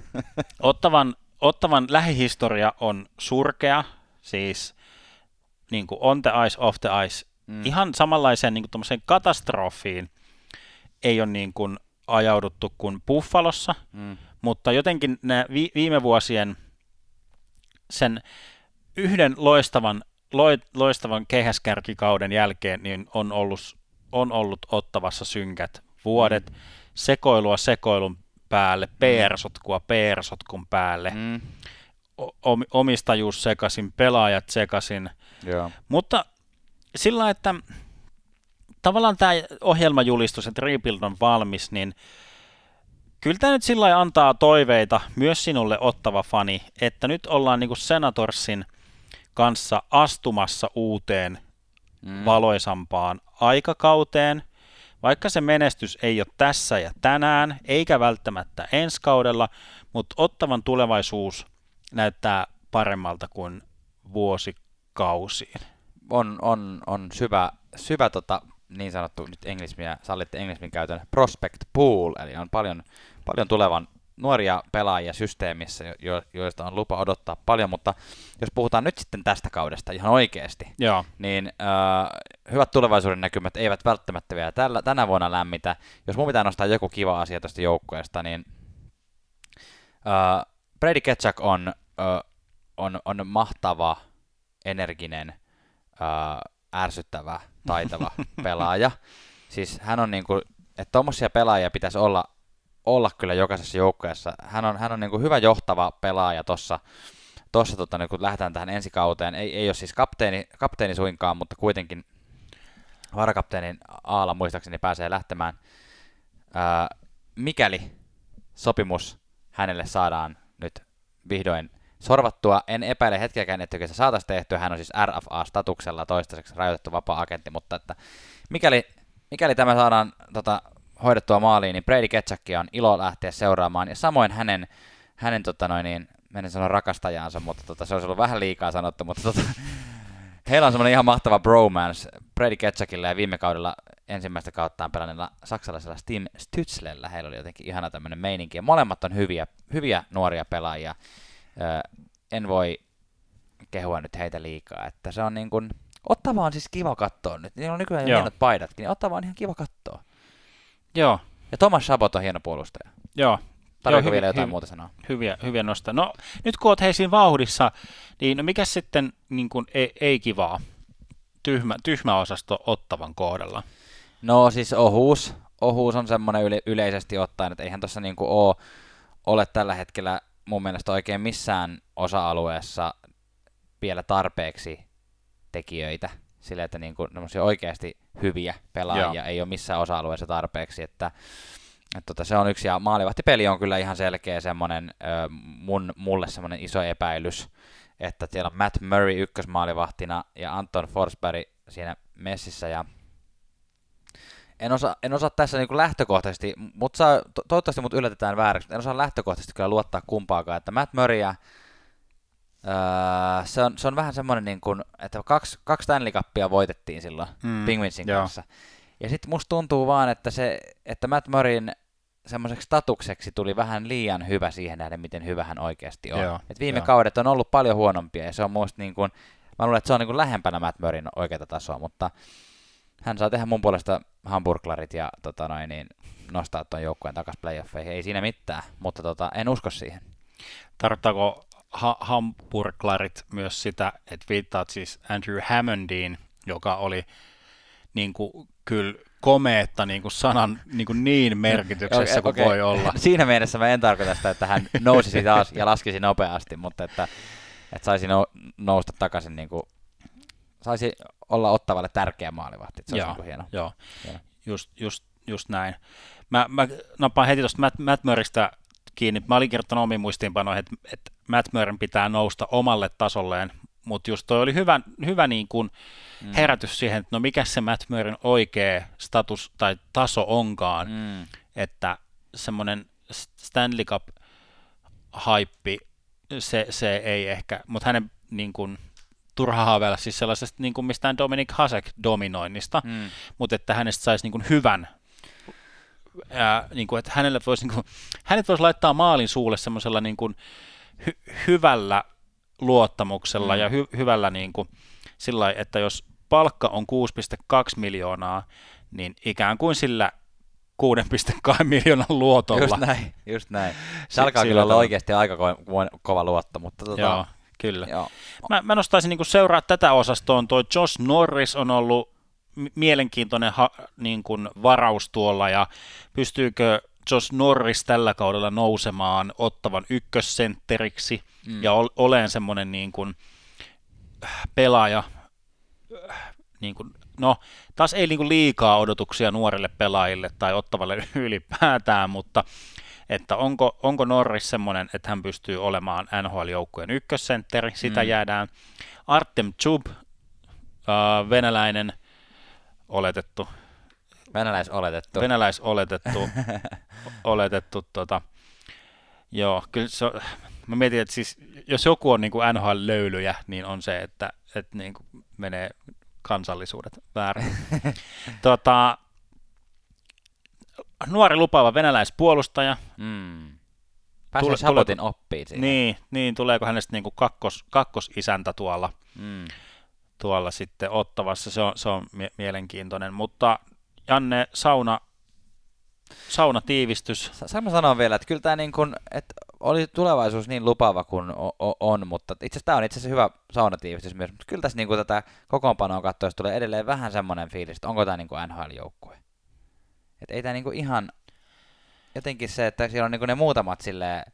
Ottavan lähihistoria on surkea, siis niin kuin on the ice, off the ice, ihan samanlaiseen niin kuin tommoseen katastrofiin ei ole niin kuin ajauduttu kuin Buffalossa, mutta jotenkin nämä viime vuosien sen yhden loistavan keihäskärkikauden jälkeen niin on ollut Ottavassa synkät vuodet, sekoilua sekoilun päälle, PR-sotkua PR-sotkun päälle, omistajuus sekaisin, pelaajat sekaisin, mutta sillä että tavallaan tämä ohjelmajulistus, että rebuild on valmis, niin kyllä tämä nyt sillä antaa toiveita myös sinulle Ottava fani, että nyt ollaan niin kuin Senatorsin kanssa astumassa uuteen valoisampaan aikakauteen, vaikka se menestys ei ole tässä ja tänään, eikä välttämättä ensi kaudella, mutta Ottavan tulevaisuus näyttää paremmalta kuin vuosikausiin. On syvä niin sanottu nyt sallitte englismin käytön prospect pool, eli on paljon tulevan nuoria pelaajia systeemissä, joista on lupa odottaa paljon, mutta jos puhutaan nyt sitten tästä kaudesta ihan oikeasti, niin hyvät tulevaisuuden näkymät eivät välttämättä vielä tänä vuonna lämmitä. Jos mun pitää nostaa joku kiva asia tuosta joukkueesta, niin Brady Tkachuk on on mahtava, energinen, ärsyttävä, taitava pelaaja. Siis hän on niinku, että tommosia pelaajia pitäisi olla kyllä jokaisessa joukkueessa. Hän on niinku hyvä johtava pelaaja tossa kun lähdetään tähän ensikauteen. Ei ole siis kapteeni suinkaan, mutta kuitenkin varakapteenin aalla muistaakseni pääsee lähtemään. Mikäli sopimus hänelle saadaan nyt vihdoin sorvattua, en epäile hetkeäkään, että se saataisiin tehtyä. Hän on siis RFA-statuksella toistaiseksi rajoitettu vapaa-agentti, mutta että mikäli tämä saadaan hoidettua maaliin, niin Brady Ketchukkia on ilo lähteä seuraamaan, ja samoin hänen menen sanoa rakastajaansa, mutta se olisi ollut vähän liikaa sanottu, mutta heillä on semmoinen ihan mahtava bromance Brady Ketchukilla ja viime kaudella ensimmäistä kauttaan pelanneella saksalaisella Tim Stützlellä. Heillä oli jotenkin ihana tämmöinen meininki, ja molemmat on hyviä nuoria pelaajia. En voi kehua nyt heitä liikaa, että se on niin kuin, Ottava on siis kiva katsoa nyt. Niillä on nykyään jo hienot paidatkin, niin Ottava on ihan kiva katsoa. Joo. Ja Thomas Chabot on hieno puolustaja. Joo. Tarvitsetko vielä jotain muuta sanoa? Hyviä nostaa. No, nyt kun olet heisin vauhdissa, niin no mikä sitten niin kuin ei kivaa? Tyhmä osasto Ottavan kohdalla. No siis ohuus on semmoinen yleisesti ottaen, että eihän tuossa niin kuin ole tällä hetkellä mun mielestä oikein missään osa-alueessa vielä tarpeeksi tekijöitä, sillä että niin kuin oikeasti hyviä pelaajia ei ole missään osa-alueessa tarpeeksi, että se on yksi, ja maalivahtipeli on kyllä ihan selkeä semmoinen, mulle semmoinen iso epäilys, että siellä on Matt Murray ykkösmaalivahtina ja Anton Forsberg siinä messissä, ja en osaa tässä niinku lähtökohtaisesti, mutta toivottavasti mut yllätetään vääräksi, en osaa lähtökohtaisesti kyllä luottaa kumpaakaan, että Matt Murrayä, se on vähän semmoinen, niin kuin, että kaksi Stanley Cupia voitettiin silloin Penguinsin kanssa, ja sitten musta tuntuu vaan, että Matt Murrayn semmoiseksi statukseksi tuli vähän liian hyvä siihen nähden, miten hyvä hän oikeasti on. Et viime kaudet on ollut paljon huonompia, ja se on musta niin kuin, mä luulen, että se on niin kuin lähempänä Matt Murrayn oikeata tasoa, mutta hän saa tehdä mun puolesta hamburglarit ja nostaa tuon joukkueen takaisin playoffeihin. Ei siinä mitään, mutta en usko siihen. Tarkoittaako hamburglarit myös sitä, että viittaat siis Andrew Hammondiin, joka oli niin kuin, kyllä komeetta niin kuin sanan niin merkityksessä kuin voi olla. Siinä mielessä mä en tarkoita sitä, että hän nousisi taas ja laskisi nopeasti, mutta että saisi nousta takaisin, niin kuin, saisi olla Ottavalle tärkeä maalivahti. Se olisi niin hieno. Joo. Just näin. Mä nappaan heti tuosta Matt Murraystä kiinni. Mä olin kirjoittanut omiin muistiinpanoihin, että Matt Murrayn pitää nousta omalle tasolleen, mutta just toi oli hyvä niin kuin herätys siihen, että no mikä se Matt Murrayn oikea status tai taso onkaan, että semmoinen Stanley Cup-haippi, se ei ehkä, mutta hänen niin kuin, turha haaveilla siis sellaisesta niin kuin mistään Dominik Hasek-dominoinnista, mutta että hänestä saisi niin kuin hyvän, niin kuin, että hänet voisi laittaa maalin suulle semmoisella niin kuin hyvällä luottamuksella ja hyvällä niin kuin, sillä lailla, että jos palkka on 6,2 miljoonaa, niin ikään kuin sillä 6,2 miljoonan luotolla. Just näin. Se alkaa kyllä olla oikeasti aika kova luotto, mutta Joo, kyllä. Joo. Mä nostaisin niin kuin seuraa tätä osastoon. Toi Josh Norris on ollut mielenkiintoinen niin kuin varaus tuolla, ja pystyykö Josh Norris tällä kaudella nousemaan Ottavan ykkössentteriksi ja oleen semmoinen niin kuin pelaaja, niin kuin, no taas ei niin kuin liikaa odotuksia nuorille pelaajille tai Ottavalle ylipäätään, mutta että onko Norris semmoinen, että hän pystyy olemaan NHL-joukkueen ykkössentteri, sitä jäädään. Artem Chub, venäläinen oletettu. Joo, kyllä se on, mä mietin, että siis, jos joku on niin kuin NHL-löylyjä, niin on se, että niin kuin menee kansallisuudet väärin. Nuori lupaava venäläispuolustaja. Pääsee Chabotin oppiin siihen. Niin, tuleeko hänestä niin kuin kakkosisäntä tuolla sitten Ottavassa, se on mielenkiintoinen, mutta Janne, saunatiivistys. Saanko sanoa vielä, että kyllä tämä niin kuin, että oli tulevaisuus niin lupaava kuin on, mutta itse asiassa tämä on itse asiassa hyvä saunatiivistys myös, mutta kyllä tässä niin kuin tätä kokoonpanoa katsoessa tulee edelleen vähän semmoinen fiilis, että onko tämä niin kuin NHL-joukkue. Että ei tämä niin kuin ihan jotenkin se, että siellä on niin kuin ne muutamat silleen.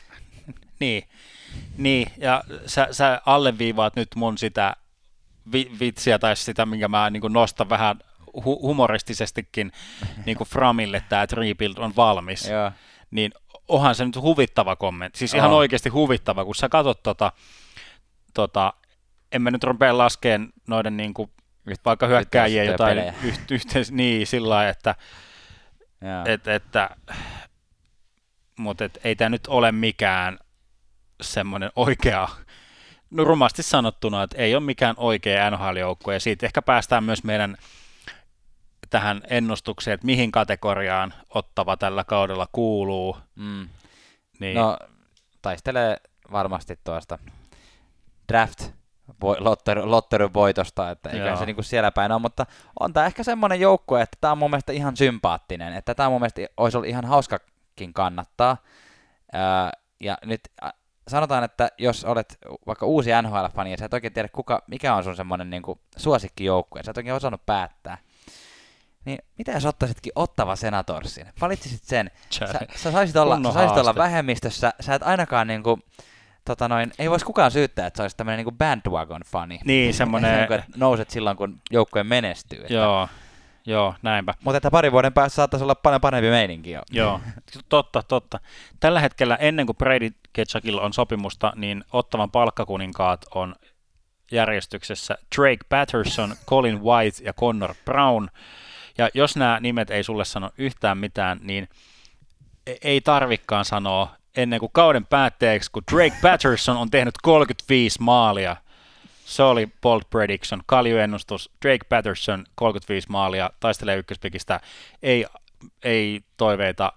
Niin, ja sä alleviivaat nyt mun sitä vitsiä tai sitä, minkä mä niin kuin nostan vähän humoristisestikin niin kuin Framille, tämä rebuild on valmis. Joo. Niin onhan se nyt huvittava kommentti, siis ihan oikeasti huvittava, kun sä katsot en mä nyt rupea laskeen noiden niin kuin, vaikka hyökkääjiä jotain niin sillä lailla, mutta ei tämä nyt ole mikään semmoinen oikea, no rumasti sanottuna, että ei ole mikään oikea NHL-joukkue, ja siitä ehkä päästään myös meidän tähän ennustukseen, että mihin kategoriaan Ottava tällä kaudella kuuluu. Niin. No, taistelee varmasti tuosta lotteryn voitosta, että eikä se niinku siellä päin ole, mutta on tämä ehkä semmoinen joukkue, että tämä on mun mielestä ihan sympaattinen, että tämä mun mielestä olisi ollut ihan hauskakin kannattaa, ja nyt sanotaan, että jos olet vaikka uusi NHL-fani ja sä et oikein tiedä, mikä on sun semmoinen niinku suosikkijoukkue, sä et oikein osannut päättää, niin mitä jos ottaisitkin Ottava Senatorsin? Valitsisit sen. Sä saisit olla vähemmistössä. Sä et ainakaan niinku, ei voisi kukaan syyttää, että sä olisit tämmöinen niinku bandwagon-fani. Niin, semmoinen. Että nouset silloin, kun joukkue menestyy. Joo, näinpä. Mutta että parin vuoden päässä saattaisi olla paljon parempi meininki jo. Joo, totta. Tällä hetkellä ennen kuin Brady Tkachukilla on sopimusta, niin Ottavan palkkakuninkaat on järjestyksessä Drake Patterson, Colin White ja Connor Brown. Ja jos nämä nimet ei sulle sano yhtään mitään, niin ei tarvikkaan sanoa ennen kuin kauden päätteeksi, kun Drake Patterson on tehnyt 35 maalia. Se oli bold prediction, kaljuennustus. Drake Patterson 35 maalia, taistelee ykköspikistä, ei toiveita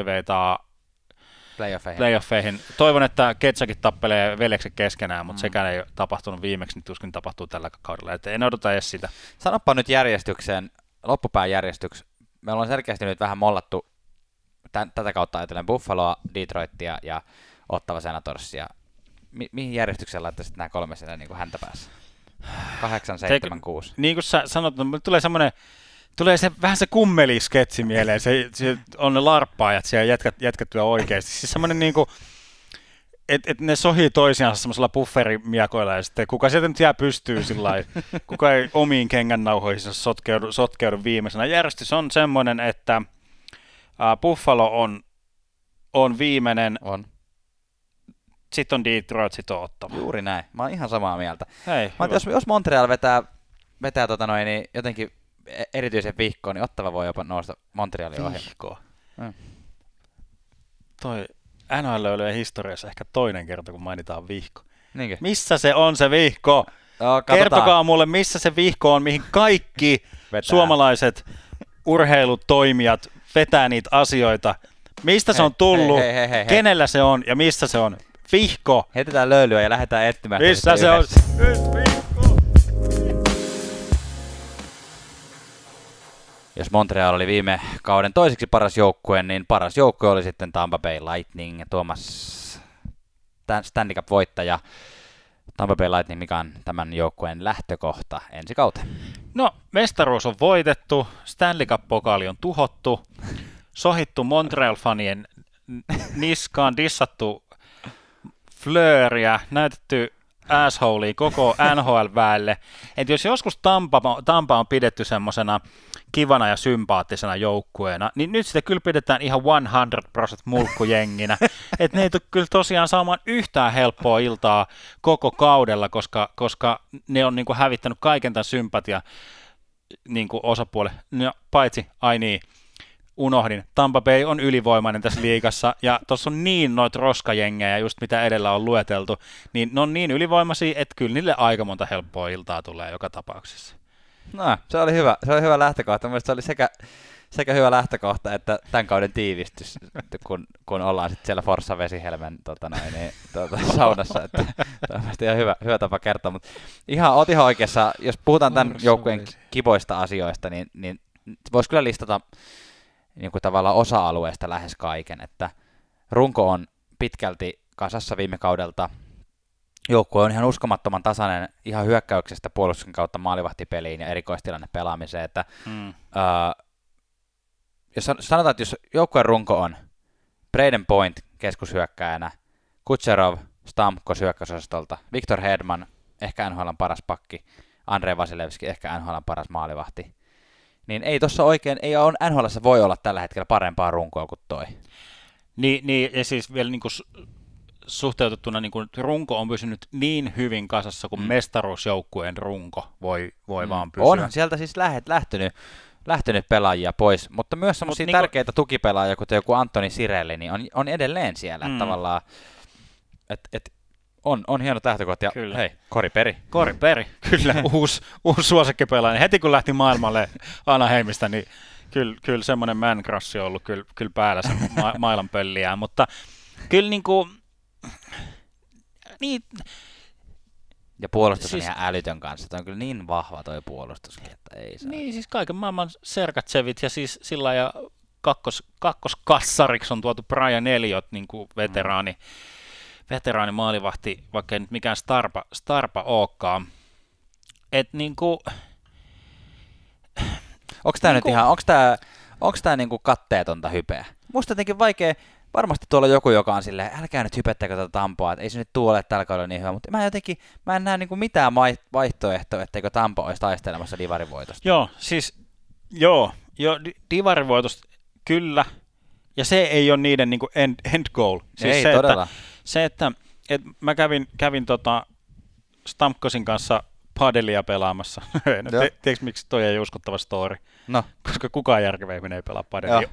playoffeihin. Toivon, että Ketsakin tappelee veljekset keskenään, mutta sekään ei tapahtunut viimeksi, niin tuskin tapahtuu tällä kaudella. Et en odota edes sitä. Sanoppa nyt järjestykseen, loppupään järjestyksi. Me ollaan selkeästi nyt vähän mollattu tätä kautta ajatellen Buffaloa, Detroitia ja Ottava Senatorsia. Mihin järjestykseen laittaisit nämä kolme siellä niin kuin häntä päässä? 8, 7, 6. Niin kuin sä sanot, tulee vähän se kummelisketsi mieleen, se on ne larppaajat siellä jätkättyä oikeasti. Siis semmoinen niinku, että ne sohii toisiansa semmoisella bufferimiakoilla ja sitten kuka sieltä nyt jää pystyy sillai, kuka ei omiin kengännauhoihinsa sotkeudu viimeisenä. Järjestys on semmoinen, että Buffalo on viimeinen. On. Sitten on Detroit, sitten on Ottava. Juuri näin. Mä oon ihan samaa mieltä. Hei, jos Montreal vetää niin jotenkin erityisen vihkoon, niin Ottava voi jopa nousta Montrealin ohi. Vihko. Toi NHL-löylyjen historiassa ehkä toinen kerta, kun mainitaan vihko. Niinkö? Missä se on se vihko? Kertokaa mulle, missä se vihko on, mihin kaikki suomalaiset urheilutoimijat vetää niitä asioita. Mistä se on tullut, kenellä se on ja missä se on? Vihko! Heitetään löylyä ja lähdetään etsimään. Missä se on? Nyt vihko! Jos Montreal oli viime kauden toiseksi paras joukkue, niin paras joukkue oli sitten Tampa Bay Lightning. Tuomas Stanley Cup-voittaja Tampa Bay Lightning, mikä on tämän joukkueen lähtökohta ensi kauteen? No, mestaruus on voitettu, Stanley Cup-pokaali on tuhottu, sohittu Montreal-fanien niskaan, dissattu Fleuria, näytetty assholea koko NHL-väelle. Että jos joskus Tampa on pidetty semmosena kivana ja sympaattisena joukkueena, niin nyt sitä kyllä pidetään ihan 100% mulkkujenginä. Että ne ei tule kyllä tosiaan saamaan yhtään helppoa iltaa koko kaudella, koska ne on niinku hävittänyt kaiken tämän sympatia niinku osapuolelle. No, paitsi, unohdin, Tampa Bay on ylivoimainen tässä liigassa, ja tuossa on niin noita roskajengejä, just mitä edellä on lueteltu, niin ne on niin ylivoimaisia, että kyllä niille aika monta helppoa iltaa tulee joka tapauksessa. No, se oli hyvä lähtökohta. Mielestäni se oli sekä hyvä lähtökohta että tämän kauden tiivistys, kun ollaan sitten siellä Forssa Vesihelmen saunassa. Että on ihan hyvä tapa kertoa, mutta oot ihan oikeassa, jos puhutaan tämän joukkueen kivoista asioista, niin voisi kyllä listata niin kuin tavallaan osa-alueesta lähes kaiken, että runko on pitkälti kasassa viime kaudelta. Joukkue on ihan uskomattoman tasainen ihan hyökkäyksestä puolustuksen kautta maalivahtipeliin ja erikoistilanne pelaamiseen. Että, jos sanotaan, että jos joukkueen runko on Braden Point keskushyökkääjänä, Kucherov, Stamkos hyökkäysosastolta, Victor Hedman, ehkä NHL:n paras pakki, Andrei Vasilevski, ehkä NHL:n paras maalivahti, niin ei tuossa oikein, ei on NHL:ssä voi olla tällä hetkellä parempaa runkoa kuin toi. Niin ja siis vielä niin kuin suhteutettuna niin kuin runko on pysynyt niin hyvin kasassa kuin mestaruusjoukkueen runko voi vaan pysyä. Onhan sieltä siis lähtenyt pelaajia pois, mutta myös semmoisia tärkeitä tukipelaajia, kuten joku Antoni Cirelli, niin on edelleen siellä. Tavallaan, on hieno lähtökohta. Ja kyllä. Hei, Corey Perry. Corey Perry, kyllä, uusi suosikkipelaaja. Heti kun lähti maailmalle Anaheimista, niin kyllä semmoinen man crush on ollut kyllä päällä sen mailan pölliään, mutta kyllä niin, ja puolustus siis, on ihan älytön kanssa. Tuo on kyllä niin vahva toi puolustuskin, että ei saa. Niin, siis kaiken maailman Sergatsevit ja siis sillä ja kakkoskassariksi on tuotu Brian Elliott, niin kuin veteraani maalivahti, vaikka ei nyt mikään starpa olekaan. Et niinku onko tää nyt ihan, onko tää niinku katteetonta hypeä? Musta jotenkin vaikea. Varmasti tuolla on joku, joka on silleen, älkää nyt hypettäkö tätä Tampaa, että ei se nyt tule tällä kaudella niin hyvä, mutta mä en näe niinku mitään vaihtoehtoa, etteikö Tampa olisi taistelemassa divarivoitosta. Joo, divarivoitosta kyllä, ja se ei ole niiden niinku end goal. Siis ei se, todella. Että mä kävin Stamkosin kanssa padelia pelaamassa. Tiedätkö, miksi toi ei uskottava story? No. Koska kukaan järkevä ihminen ei pelaa padelia.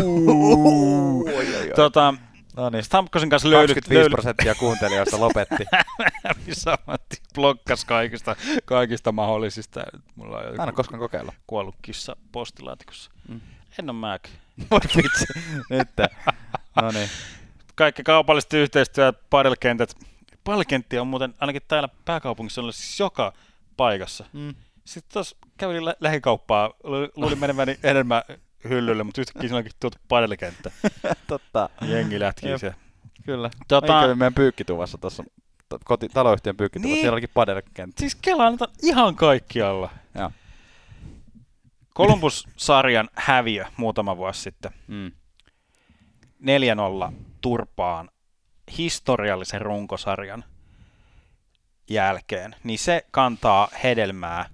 No niin. Stamkosin kanssa 25% kuuntelijoista lopetti. Samatti blokkas kaikista mahdollisista. Mulla on aina koskaan kokeilla. Kuollut kissa postilaatikossa. En ole mäkin. Voi vitsi. Nyt. No niin. Kaikki kaupalliset yhteistyöt, padelkentät. Padelkenttiä on muuten ainakin täällä pääkaupungissa on siis joka paikassa. Sitten tuossa kävin lähikauppaa, luulin meneväni enemmän hyllylle, mutta yhtäkkiä siinä onkin tuotu padelkenttä. Totta. Jengi lätkii siellä. Kyllä. Mä kävin meidän pyykkituvassa tuossa, taloyhtiön pyykkituvassa, niin. Siellä olikin padelkenttä. Siis Kelaan ihan kaikkialla. Joo. Columbus-sarjan häviö muutama vuosi sitten. 4-0 turpaan historiallisen runkosarjan jälkeen, niin se kantaa hedelmää.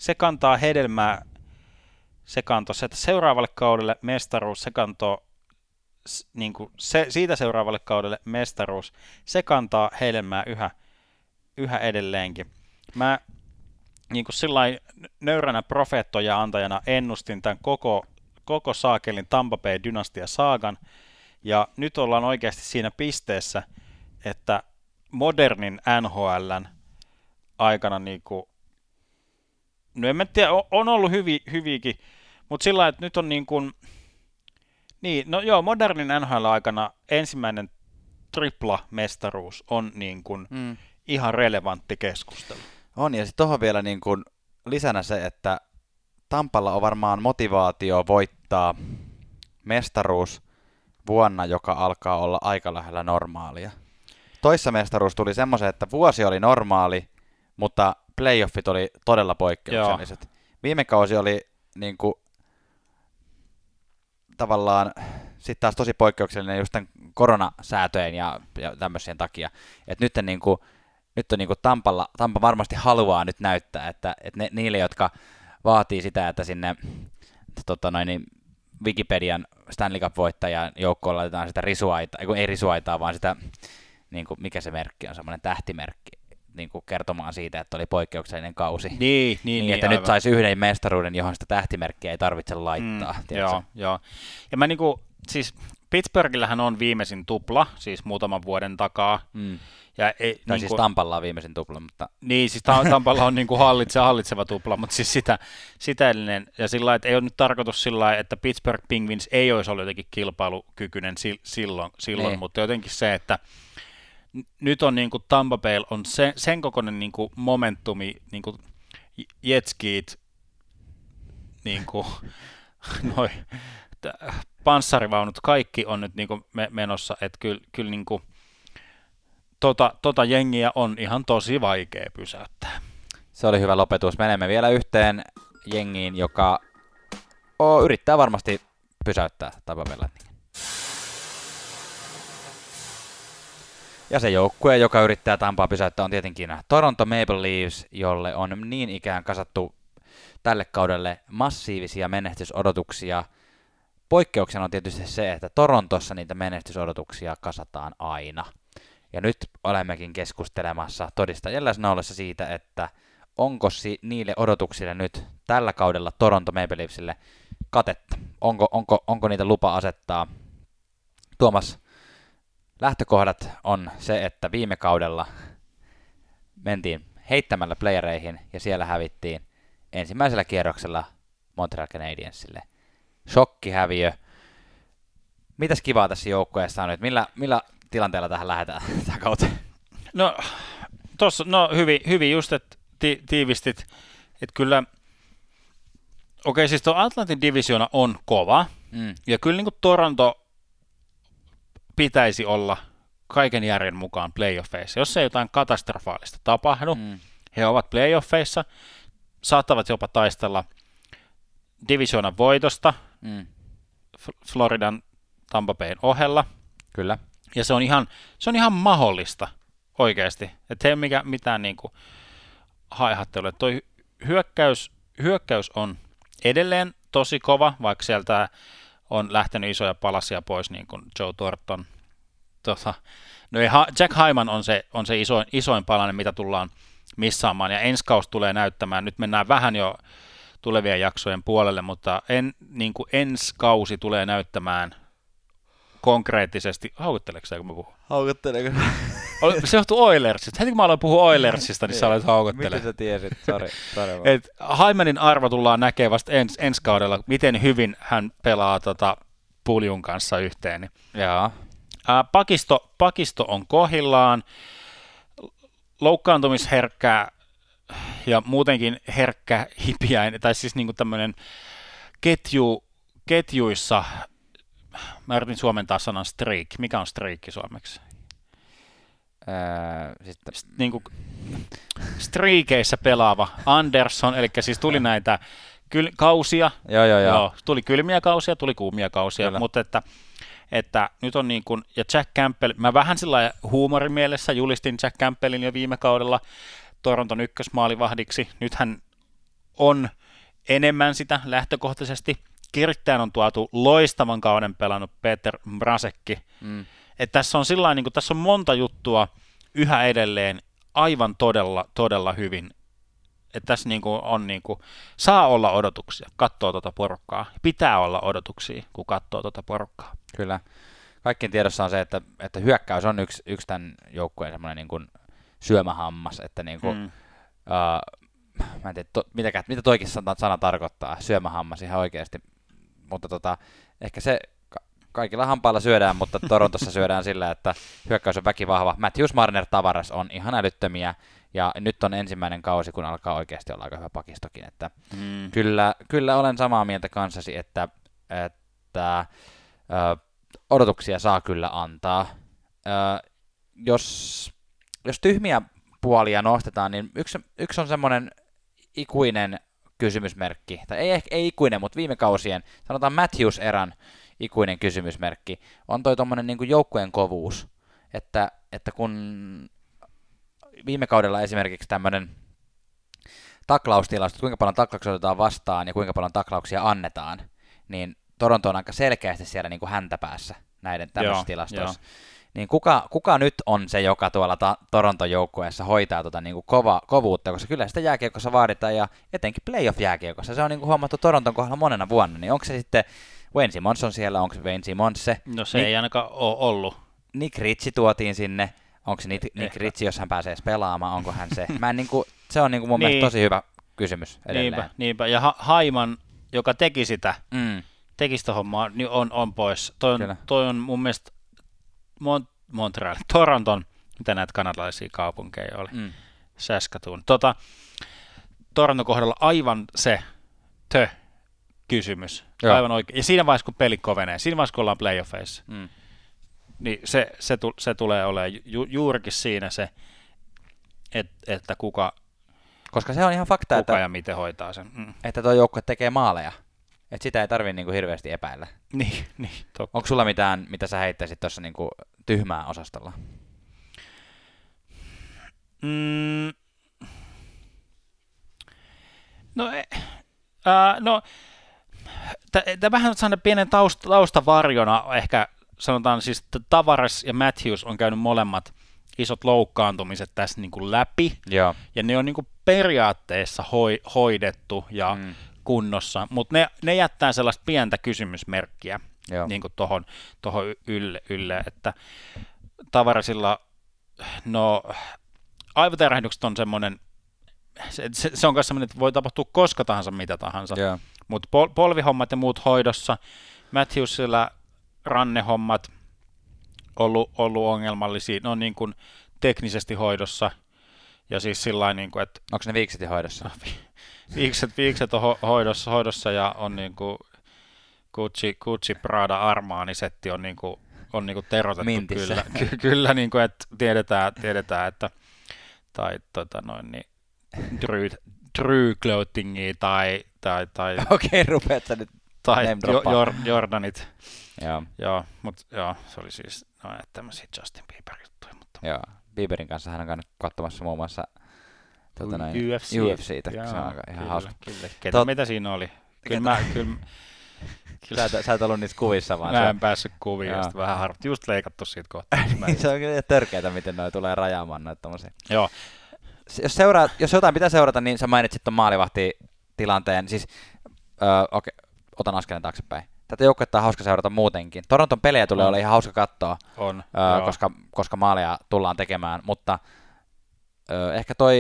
Se kantoi seuraavalle kaudelle mestaruus, se kantoi siitä seuraavalle kaudelle mestaruus, se kantaa hedelmää yhä edelleenkin. Mä niin kuin sillain nöyränä profeettoja antajana ennustin tämän koko saakelin Tampa Bay dynastia saagan, ja nyt ollaan oikeasti siinä pisteessä, että modernin NHL:n aikana niinku, no en mä tiedä, on ollut hyviäkin, mutta sillä lailla, että nyt on modernin NHL-aikana ensimmäinen tripla-mestaruus on ihan relevantti keskustelu. On, ja sitten tuohon vielä lisänä se, että Tampalla on varmaan motivaatio voittaa mestaruus vuonna, joka alkaa olla aika lähellä normaalia. Toissa mestaruus tuli semmoisen, että vuosi oli normaali, mutta playoffit oli todella poikkeukselliset. Joo. Viime kausi oli tavallaan sitten taas tosi poikkeuksellinen just tämän koronasäätöjen ja tämmöisien takia. Et nyt on Tampa varmasti haluaa nyt näyttää, että niille, jotka vaatii sitä, että sinne Wikipedian Stanley Cup-voittajan joukkoon laitetaan sitä risuaitaa, ei risuaitaa, vaan sitä, mikä se merkki on, semmoinen tähtimerkki, kertomaan siitä, että oli poikkeuksellinen kausi. Niin että nyt saisi yhden mestaruuden, johon sitä tähtimerkkiä ei tarvitse laittaa. Joo. Ja mä siis Pittsburghillähän on viimeisin tupla, siis muutaman vuoden takaa. Ja siis Tampalla on viimeisin tupla, mutta... Niin, siis Tampalla on hallitseva tupla, mutta siis sitä edellinen. Ja sillä lailla, että ei ole nyt tarkoitus sillä lailla, että Pittsburgh Penguins ei olisi ollut jotenkin kilpailukykyinen silloin, mutta jotenkin se, että nyt on Tampa Bay on sen kokoinen momentumi, jetskiit, panssarivaunut, kaikki on nyt menossa, että kyllä tota jengiä on ihan tosi vaikea pysäyttää. Se oli hyvä lopetus. Menemme vielä yhteen jengiin, joka yrittää varmasti pysäyttää Tampa Bay Lightningin. Ja se joukkue, joka yrittää Tampaa pysäyttää, on tietenkin Toronto Maple Leafs, jolle on niin ikään kasattu tälle kaudelle massiivisia menestysodotuksia. Poikkeuksena on tietysti se, että Torontossa niitä menestysodotuksia kasataan aina. Ja nyt olemmekin keskustelemassa todistajalla ollessa siitä, että onko niille odotuksille nyt tällä kaudella Toronto Maple Leafsille katetta? Onko niitä lupa asettaa? Tuomas, lähtökohdat on se, että viime kaudella mentiin heittämällä playereihin ja siellä hävittiin ensimmäisellä kierroksella Montreal Canadiensille. Shokkihäviö. Mitäs kivaa tässä joukkueessa on nyt? Millä tilanteella tähän lähdetään tähän kautta? No, hyvin just, että tiivistit, että kyllä, siis tuo Atlantin divisioona on kova, ja kyllä niin kuin Toronto pitäisi olla kaiken järjen mukaan playoffeissa. Jos ei jotain katastrofaalista tapahdu, he ovat playoffeissa, saattavat jopa taistella divisioonan voitosta Floridan Tampa Bayn ohella. Kyllä. Ja se on ihan mahdollista oikeasti. Että ei ole mitään niinku haihattelua. Toi hyökkäys on edelleen tosi kova, vaikka sieltä on lähtenyt isoja palasia pois, niin kuin Joe Thornton. Jack Hyman on se isoin palanen, mitä tullaan missaamaan, ja ensi kausi tulee näyttämään. Nyt mennään vähän jo tulevien jaksojen puolelle, mutta ensi kausi tulee näyttämään konkreettisesti. Haukutteleeko sä, kun mä puhun? Haukutteleeko? Se johtuu Oilersista. Heti kun mä aloin puhua Oilersista, niin sä olet haukuttelemaan. Miten sä tiesit? Sori. Hymanin arvo tullaan näkemään vasta ensi kaudella, miten hyvin hän pelaa Puljun kanssa yhteen. Niin. Jaa. Pakisto on kohdillaan, loukkaantumisherkkää ja muutenkin herkkä hipiäinen, tai siis niinku tämmöinen ketjuissa, mä yritin suomentaa sanan streak. Mikä on streakki suomeksi? Niinku streakeissä pelaava Anderson, eli siis tuli näitä kausia, Joo. Tuli kylmiä kausia, tuli kuumia kausia, kyllä. Mutta että nyt on niin kuin, ja Jack Campbell, mä vähän sillä huumorimielessä julistin Jack Campbellin jo viime kaudella Toronton ykkösmaalivahdiksi, nyt hän on enemmän sitä lähtökohtaisesti, kirittäjän on tuotu loistavan kauden pelannut Peter Mrazekki, että tässä on sillain, niin kuin, tässä on monta juttua yhä edelleen aivan todella hyvin, että tässä niin kuin on niin kuin, saa olla odotuksia, katsoo tuota porukkaa, pitää olla odotuksia, kun katsoo tuota porukkaa. Kyllä. Kaikkien tiedossa on se, että hyökkäys on yksi tämän joukkueen semmoinen niin kuin syömähammas, että niin kuin, mä en tiedä, mitä toikin sana tarkoittaa, syömähammas ihan oikeasti, mutta ehkä se kaikilla hampailla syödään, mutta Torontossa syödään sillä, että hyökkäys on väkivahva. Matthews, Marner, Tavares on ihan älyttömiä, ja nyt on ensimmäinen kausi, kun alkaa oikeasti olla aika hyvä pakistokin, että kyllä olen samaa mieltä kanssasi, että odotuksia saa kyllä antaa. Jos tyhmiä puolia nostetaan, niin yksi on semmoinen ikuinen kysymysmerkki, tai ei ikuinen, mutta viime kausien, sanotaan Matthews-erän ikuinen kysymysmerkki, on toi tommonen niin kuin joukkueen kovuus, että kun viime kaudella esimerkiksi tämmöinen taklaustilasto, kuinka paljon taklauksia otetaan vastaan ja kuinka paljon taklauksia annetaan, niin Toronto on aika selkeästi siellä niin kuin häntäpäässä näiden tämmöisissä tilastoissa. Niin kuka nyt on se, joka tuolla Toronton joukkueessa hoitaa niin kuin kovuutta, koska kyllä sitä jääkiekossa vaaditaan, ja etenkin playoff-jääkiekossa, se on niin kuin huomattu Toronton kohdalla monena vuonna, niin onko se sitten Wayne Simons on siellä, onko se Wayne Simons se? No se ei ainakaan ole ollut. Nick Ritchie tuotiin sinne, onko se Nick Ritchie, jos hän pääsee edes pelaamaan, onko hän se? Se on niin kuin mun mielestä tosi hyvä kysymys edelleen. Niinpä. Ja Haiman, joka teki sitä hommaa, niin on pois. Toi on mun mielestä Montreal, Toronton, mitä näitä kanadalaisia kaupunkeja oli, Saskatoon. Toronton kohdalla aivan se kysymys, aivan oikein. Ja siinä vaiheessa, kun peli kovenee, siinä vaiheessa, kun ollaan playoffeissa, Niin se tulee olemaan juurikin siinä se, että kuka Koska se on ihan fakta, kuka ja miten hoitaa sen. että tuo joukkue tekee maaleja. Että sitä ei tarvitse niinku hirveästi epäillä. Niin, totta. Onko sulla mitään, mitä sä heittäisit tuossa niinku tyhmää osastolla? No, tämä vähän sellainen pienen taustavarjona ehkä sanotaan siis, että Tavares ja Matthews on käynyt molemmat isot loukkaantumiset tässä niin kuin läpi, Joo. ja ne on niin kuin periaatteessa hoidettu ja kunnossa, mutta ne jättää sellaista pientä kysymysmerkkiä niin kuin tohon ylle, että Tavaresilla, no aivotärähdykset on semmoinen, se on myös semmoinen, että voi tapahtua koska tahansa, mitä tahansa, mutta polvihommat ja muut hoidossa, Matthewsilla rannehommat ollut ongelmallisia, ne on niin kuin teknisesti hoidossa, ja siis sillain niin kuin, että onko ne viikset hoidossa? Viikset on hoidossa ja on niin kuin Gucci Prada Armani-setti on niin kuin terotettu Mintissä. kyllä niin kuin, että tiedetään, että tai niin True Clothingia tai Okei, rupeat sä nyt tai name-droppaamaan. Jordanit. Joo. Mutta se oli siis tämmöisiä Justin Bieber-juttuja. Mutta Joo, Bieberin kanssa hän on käynyt katsomassa muun muassa UFC:tä, se on ihan hauska. Kyllä. Mitä siinä oli? Kyllä. Sä et ollut niissä kuvissa vaan. Mä en päässyt kuviin, ja sitten vähän harvit. Just leikattu siitä kohtaa. Se on kyllä törkeätä, miten noi tulee rajaamaan noita tommosia. Joo. Jos jotain pitää seurata, niin sä mainitsit ton maalivahtitilanteen. Siis, okei, otan askeleen taaksepäin. Tätä joukkuetta on hauska seurata muutenkin. Toronton pelejä tulee olla ihan hauska katsoa, koska maaleja tullaan tekemään, mutta ehkä toi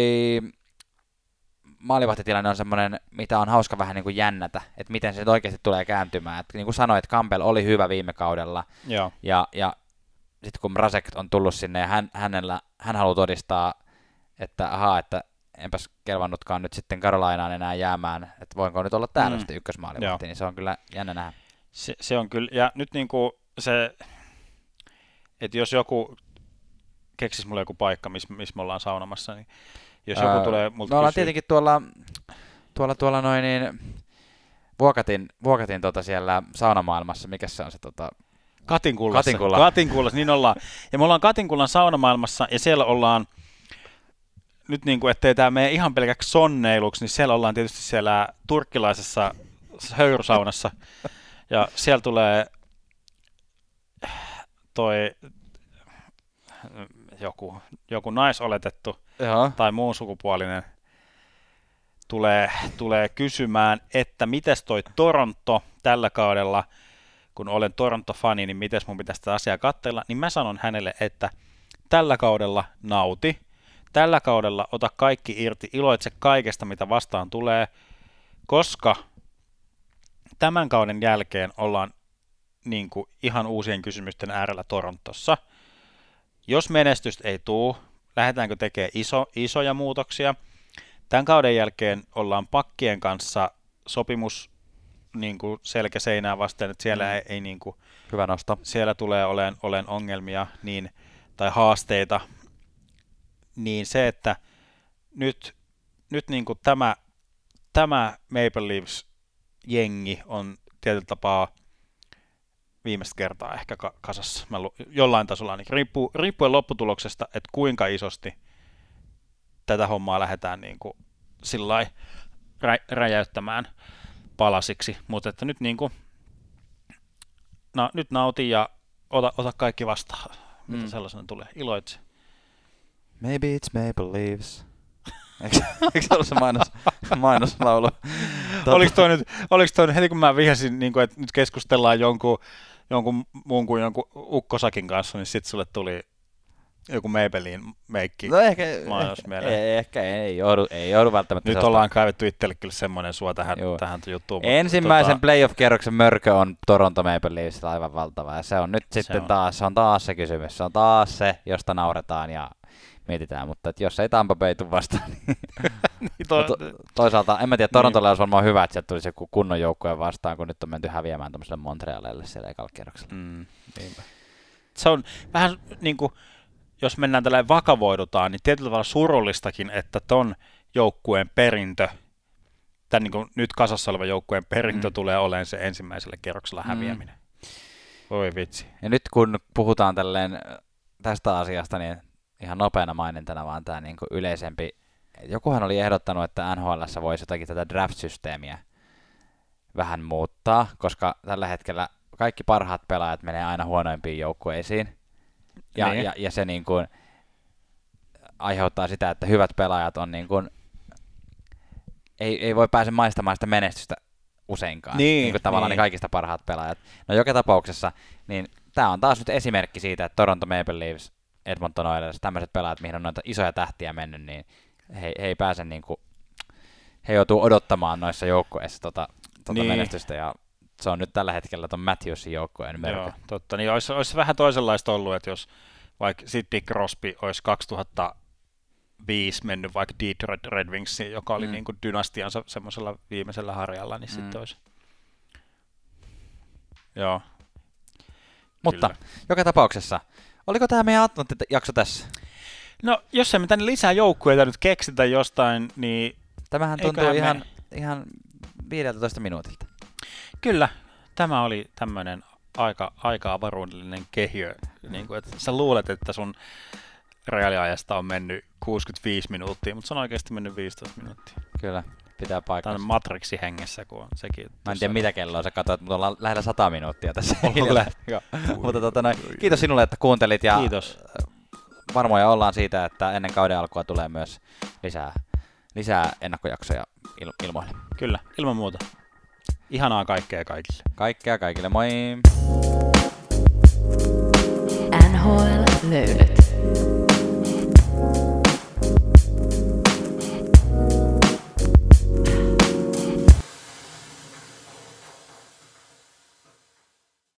maalivahtitilanne on semmoinen, mitä on hauska vähän niin kuin jännätä, että miten se oikeasti tulee kääntymään. Et niin kuin sanoit, Campbell oli hyvä viime kaudella, ja sitten kun Mrazek on tullut sinne ja hän haluaa todistaa, että että enpäs kelvannutkaan nyt sitten Carolinaan enää jäämään, että voinko nyt olla täällä sitten ykkösmaalivahti, niin se on kyllä jännä nähdä. Se on kyllä, ja nyt niin kuin se, että jos joku keksisi mulle joku paikka, missä me ollaan saunomassa, niin jos joku tulee multa me ollaan tietenkin tuolla noin niin Vuokatin siellä saunamaailmassa, mikä se on se Katinkullassa, niin ollaan. Ja me ollaan Katinkullan saunamaailmassa, ja siellä ollaan nyt niin kuin, ettei tämä mene ihan pelkäksi sonneiluksi, niin siellä ollaan tietysti siellä turkkilaisessa höyrysaunassa, ja siellä tulee toi joku naisoletettu tai muun sukupuolinen tulee kysymään, että mites toi Toronto tällä kaudella, kun olen Toronto-fani, niin mites mun pitäisi tätä asiaa katsella, niin mä sanon hänelle, että tällä kaudella nauti, tällä kaudella ota kaikki irti, iloitse kaikesta, mitä vastaan tulee, koska tämän kauden jälkeen ollaan niin kuin ihan uusien kysymysten äärellä Torontossa. Jos menestystä ei tule, lähdetäänkö tekemään isoja muutoksia. Tämän kauden jälkeen ollaan pakkien kanssa sopimus niin kuin selkäseinää vasten, että siellä ei niin kuin, hyvä nosto. Siellä tulee olen ongelmia tai haasteita, niin se, että nyt niin kuin tämä Maple Leafs-jengi on tietyllä tapaa viimeistä kertaa ehkä kasassa. Jollain tasolla niin riippuen lopputuloksesta, että kuinka isosti tätä hommaa lähdetään niin kuin sillai räjäyttämään palasiksi, mutta että nyt niin kuin, nyt nauti ja ota kaikki vastaan, mitä sellaisena tulee. Iloitse. Maybe it's Maple Leafs. Eikö se ollut se mainoslaulu? Oliko toi nyt heti kun mä vihjasin, niin kuin, että nyt keskustellaan jonkun muun kuin jonkun ukkosakin kanssa, niin sitten sulle tuli joku Maybellin meikki mainos mieleen. Ehkä ei joudu välttämättä. Nyt ollaan kaivettu itselle kyllä semmoinen sua tähän juttuun. Ensimmäisen playoff-kierroksen mörkö on Toronto Maple Leafs aivan valtava, ja se on nyt sitten taas se kysymys. Se on taas se, josta nauretaan ja mietitään, mutta jos ei Tampa Bay tule vastaan, niin toisaalta, en mä tiedä, Torontolle olisi varmaan hyvä, että sieltä tulisi joku kunnon joukkojen vastaan, kun nyt on menty häviämään tuollaiselle Montrealille siellä ekalla kierroksella. se on vähän niin kuin, jos mennään tällä vakavoidutaan, niin tietyllä tavalla surullistakin, että ton joukkueen perintö, tämän niin kuin nyt kasassa oleva joukkueen perintö tulee olemaan se ensimmäisellä kierroksella häviäminen. Voi vitsi. Ja nyt kun puhutaan tälleen tästä asiasta, niin ihan nopeana mainintana vaan tämä niin kuin yleisempi. Jokuhan oli ehdottanut, että NHL:ssä voisi jotakin tätä draft-systeemiä vähän muuttaa, koska tällä hetkellä kaikki parhaat pelaajat menee aina huonoimpiin joukkueisiin. Ja se niin kuin aiheuttaa sitä, että hyvät pelaajat on niin kuin, ei voi pääse maistamaan sitä menestystä useinkaan. Niin kuin tavallaan ne kaikista parhaat pelaajat. No joka tapauksessa, niin tämä on taas nyt esimerkki siitä, että Toronto Maple Leafs, Edmonton Oilers, tämmöiset pelaajat, mihin on noita isoja tähtiä mennyt, niin he ei pääse niinku, he joutuu odottamaan noissa joukkueissa menestystä, ja se on nyt tällä hetkellä ton Matthewsin joukkueen merkki. Joo, totta, niin olisi vähän toisenlaista ollut, että jos vaikka Sidney Crosby olisi 2005 mennyt vaikka Detroit Red Wingsiin, joka oli niinku dynastiansa semmoisella viimeisellä harjalla, niin sitten olisi. Joo. Mutta joka tapauksessa, oliko tämä meidän Atlantti-jakso tässä? No, jos emme tänne lisää joukkueita nyt keksitä jostain, niin tämähän tuntuu ihan 15 minuutilta. Kyllä, tämä oli tämmöinen aika avaruudellinen kehiö. Niin kuin, että sä luulet, että sun reaaliajasta on mennyt 65 minuuttia, mutta se on oikeasti mennyt 15 minuuttia. Kyllä, pitää paikkansa. Tämä on Matrixi hengessä, kun on sekin. Mä en tiedä mitä kelloa sä katsoit, mutta ollaan lähellä 100 minuuttia tässä. Mutta kiitos sinulle, että kuuntelit. Ja kiitos. Varmoja ollaan siitä, että ennen kauden alkua tulee myös lisää ennakkojaksoja ilmoille. Kyllä, ilman muuta. Ihanaa kaikkea kaikille. Kaikkea kaikille, moi! NHL löydöt.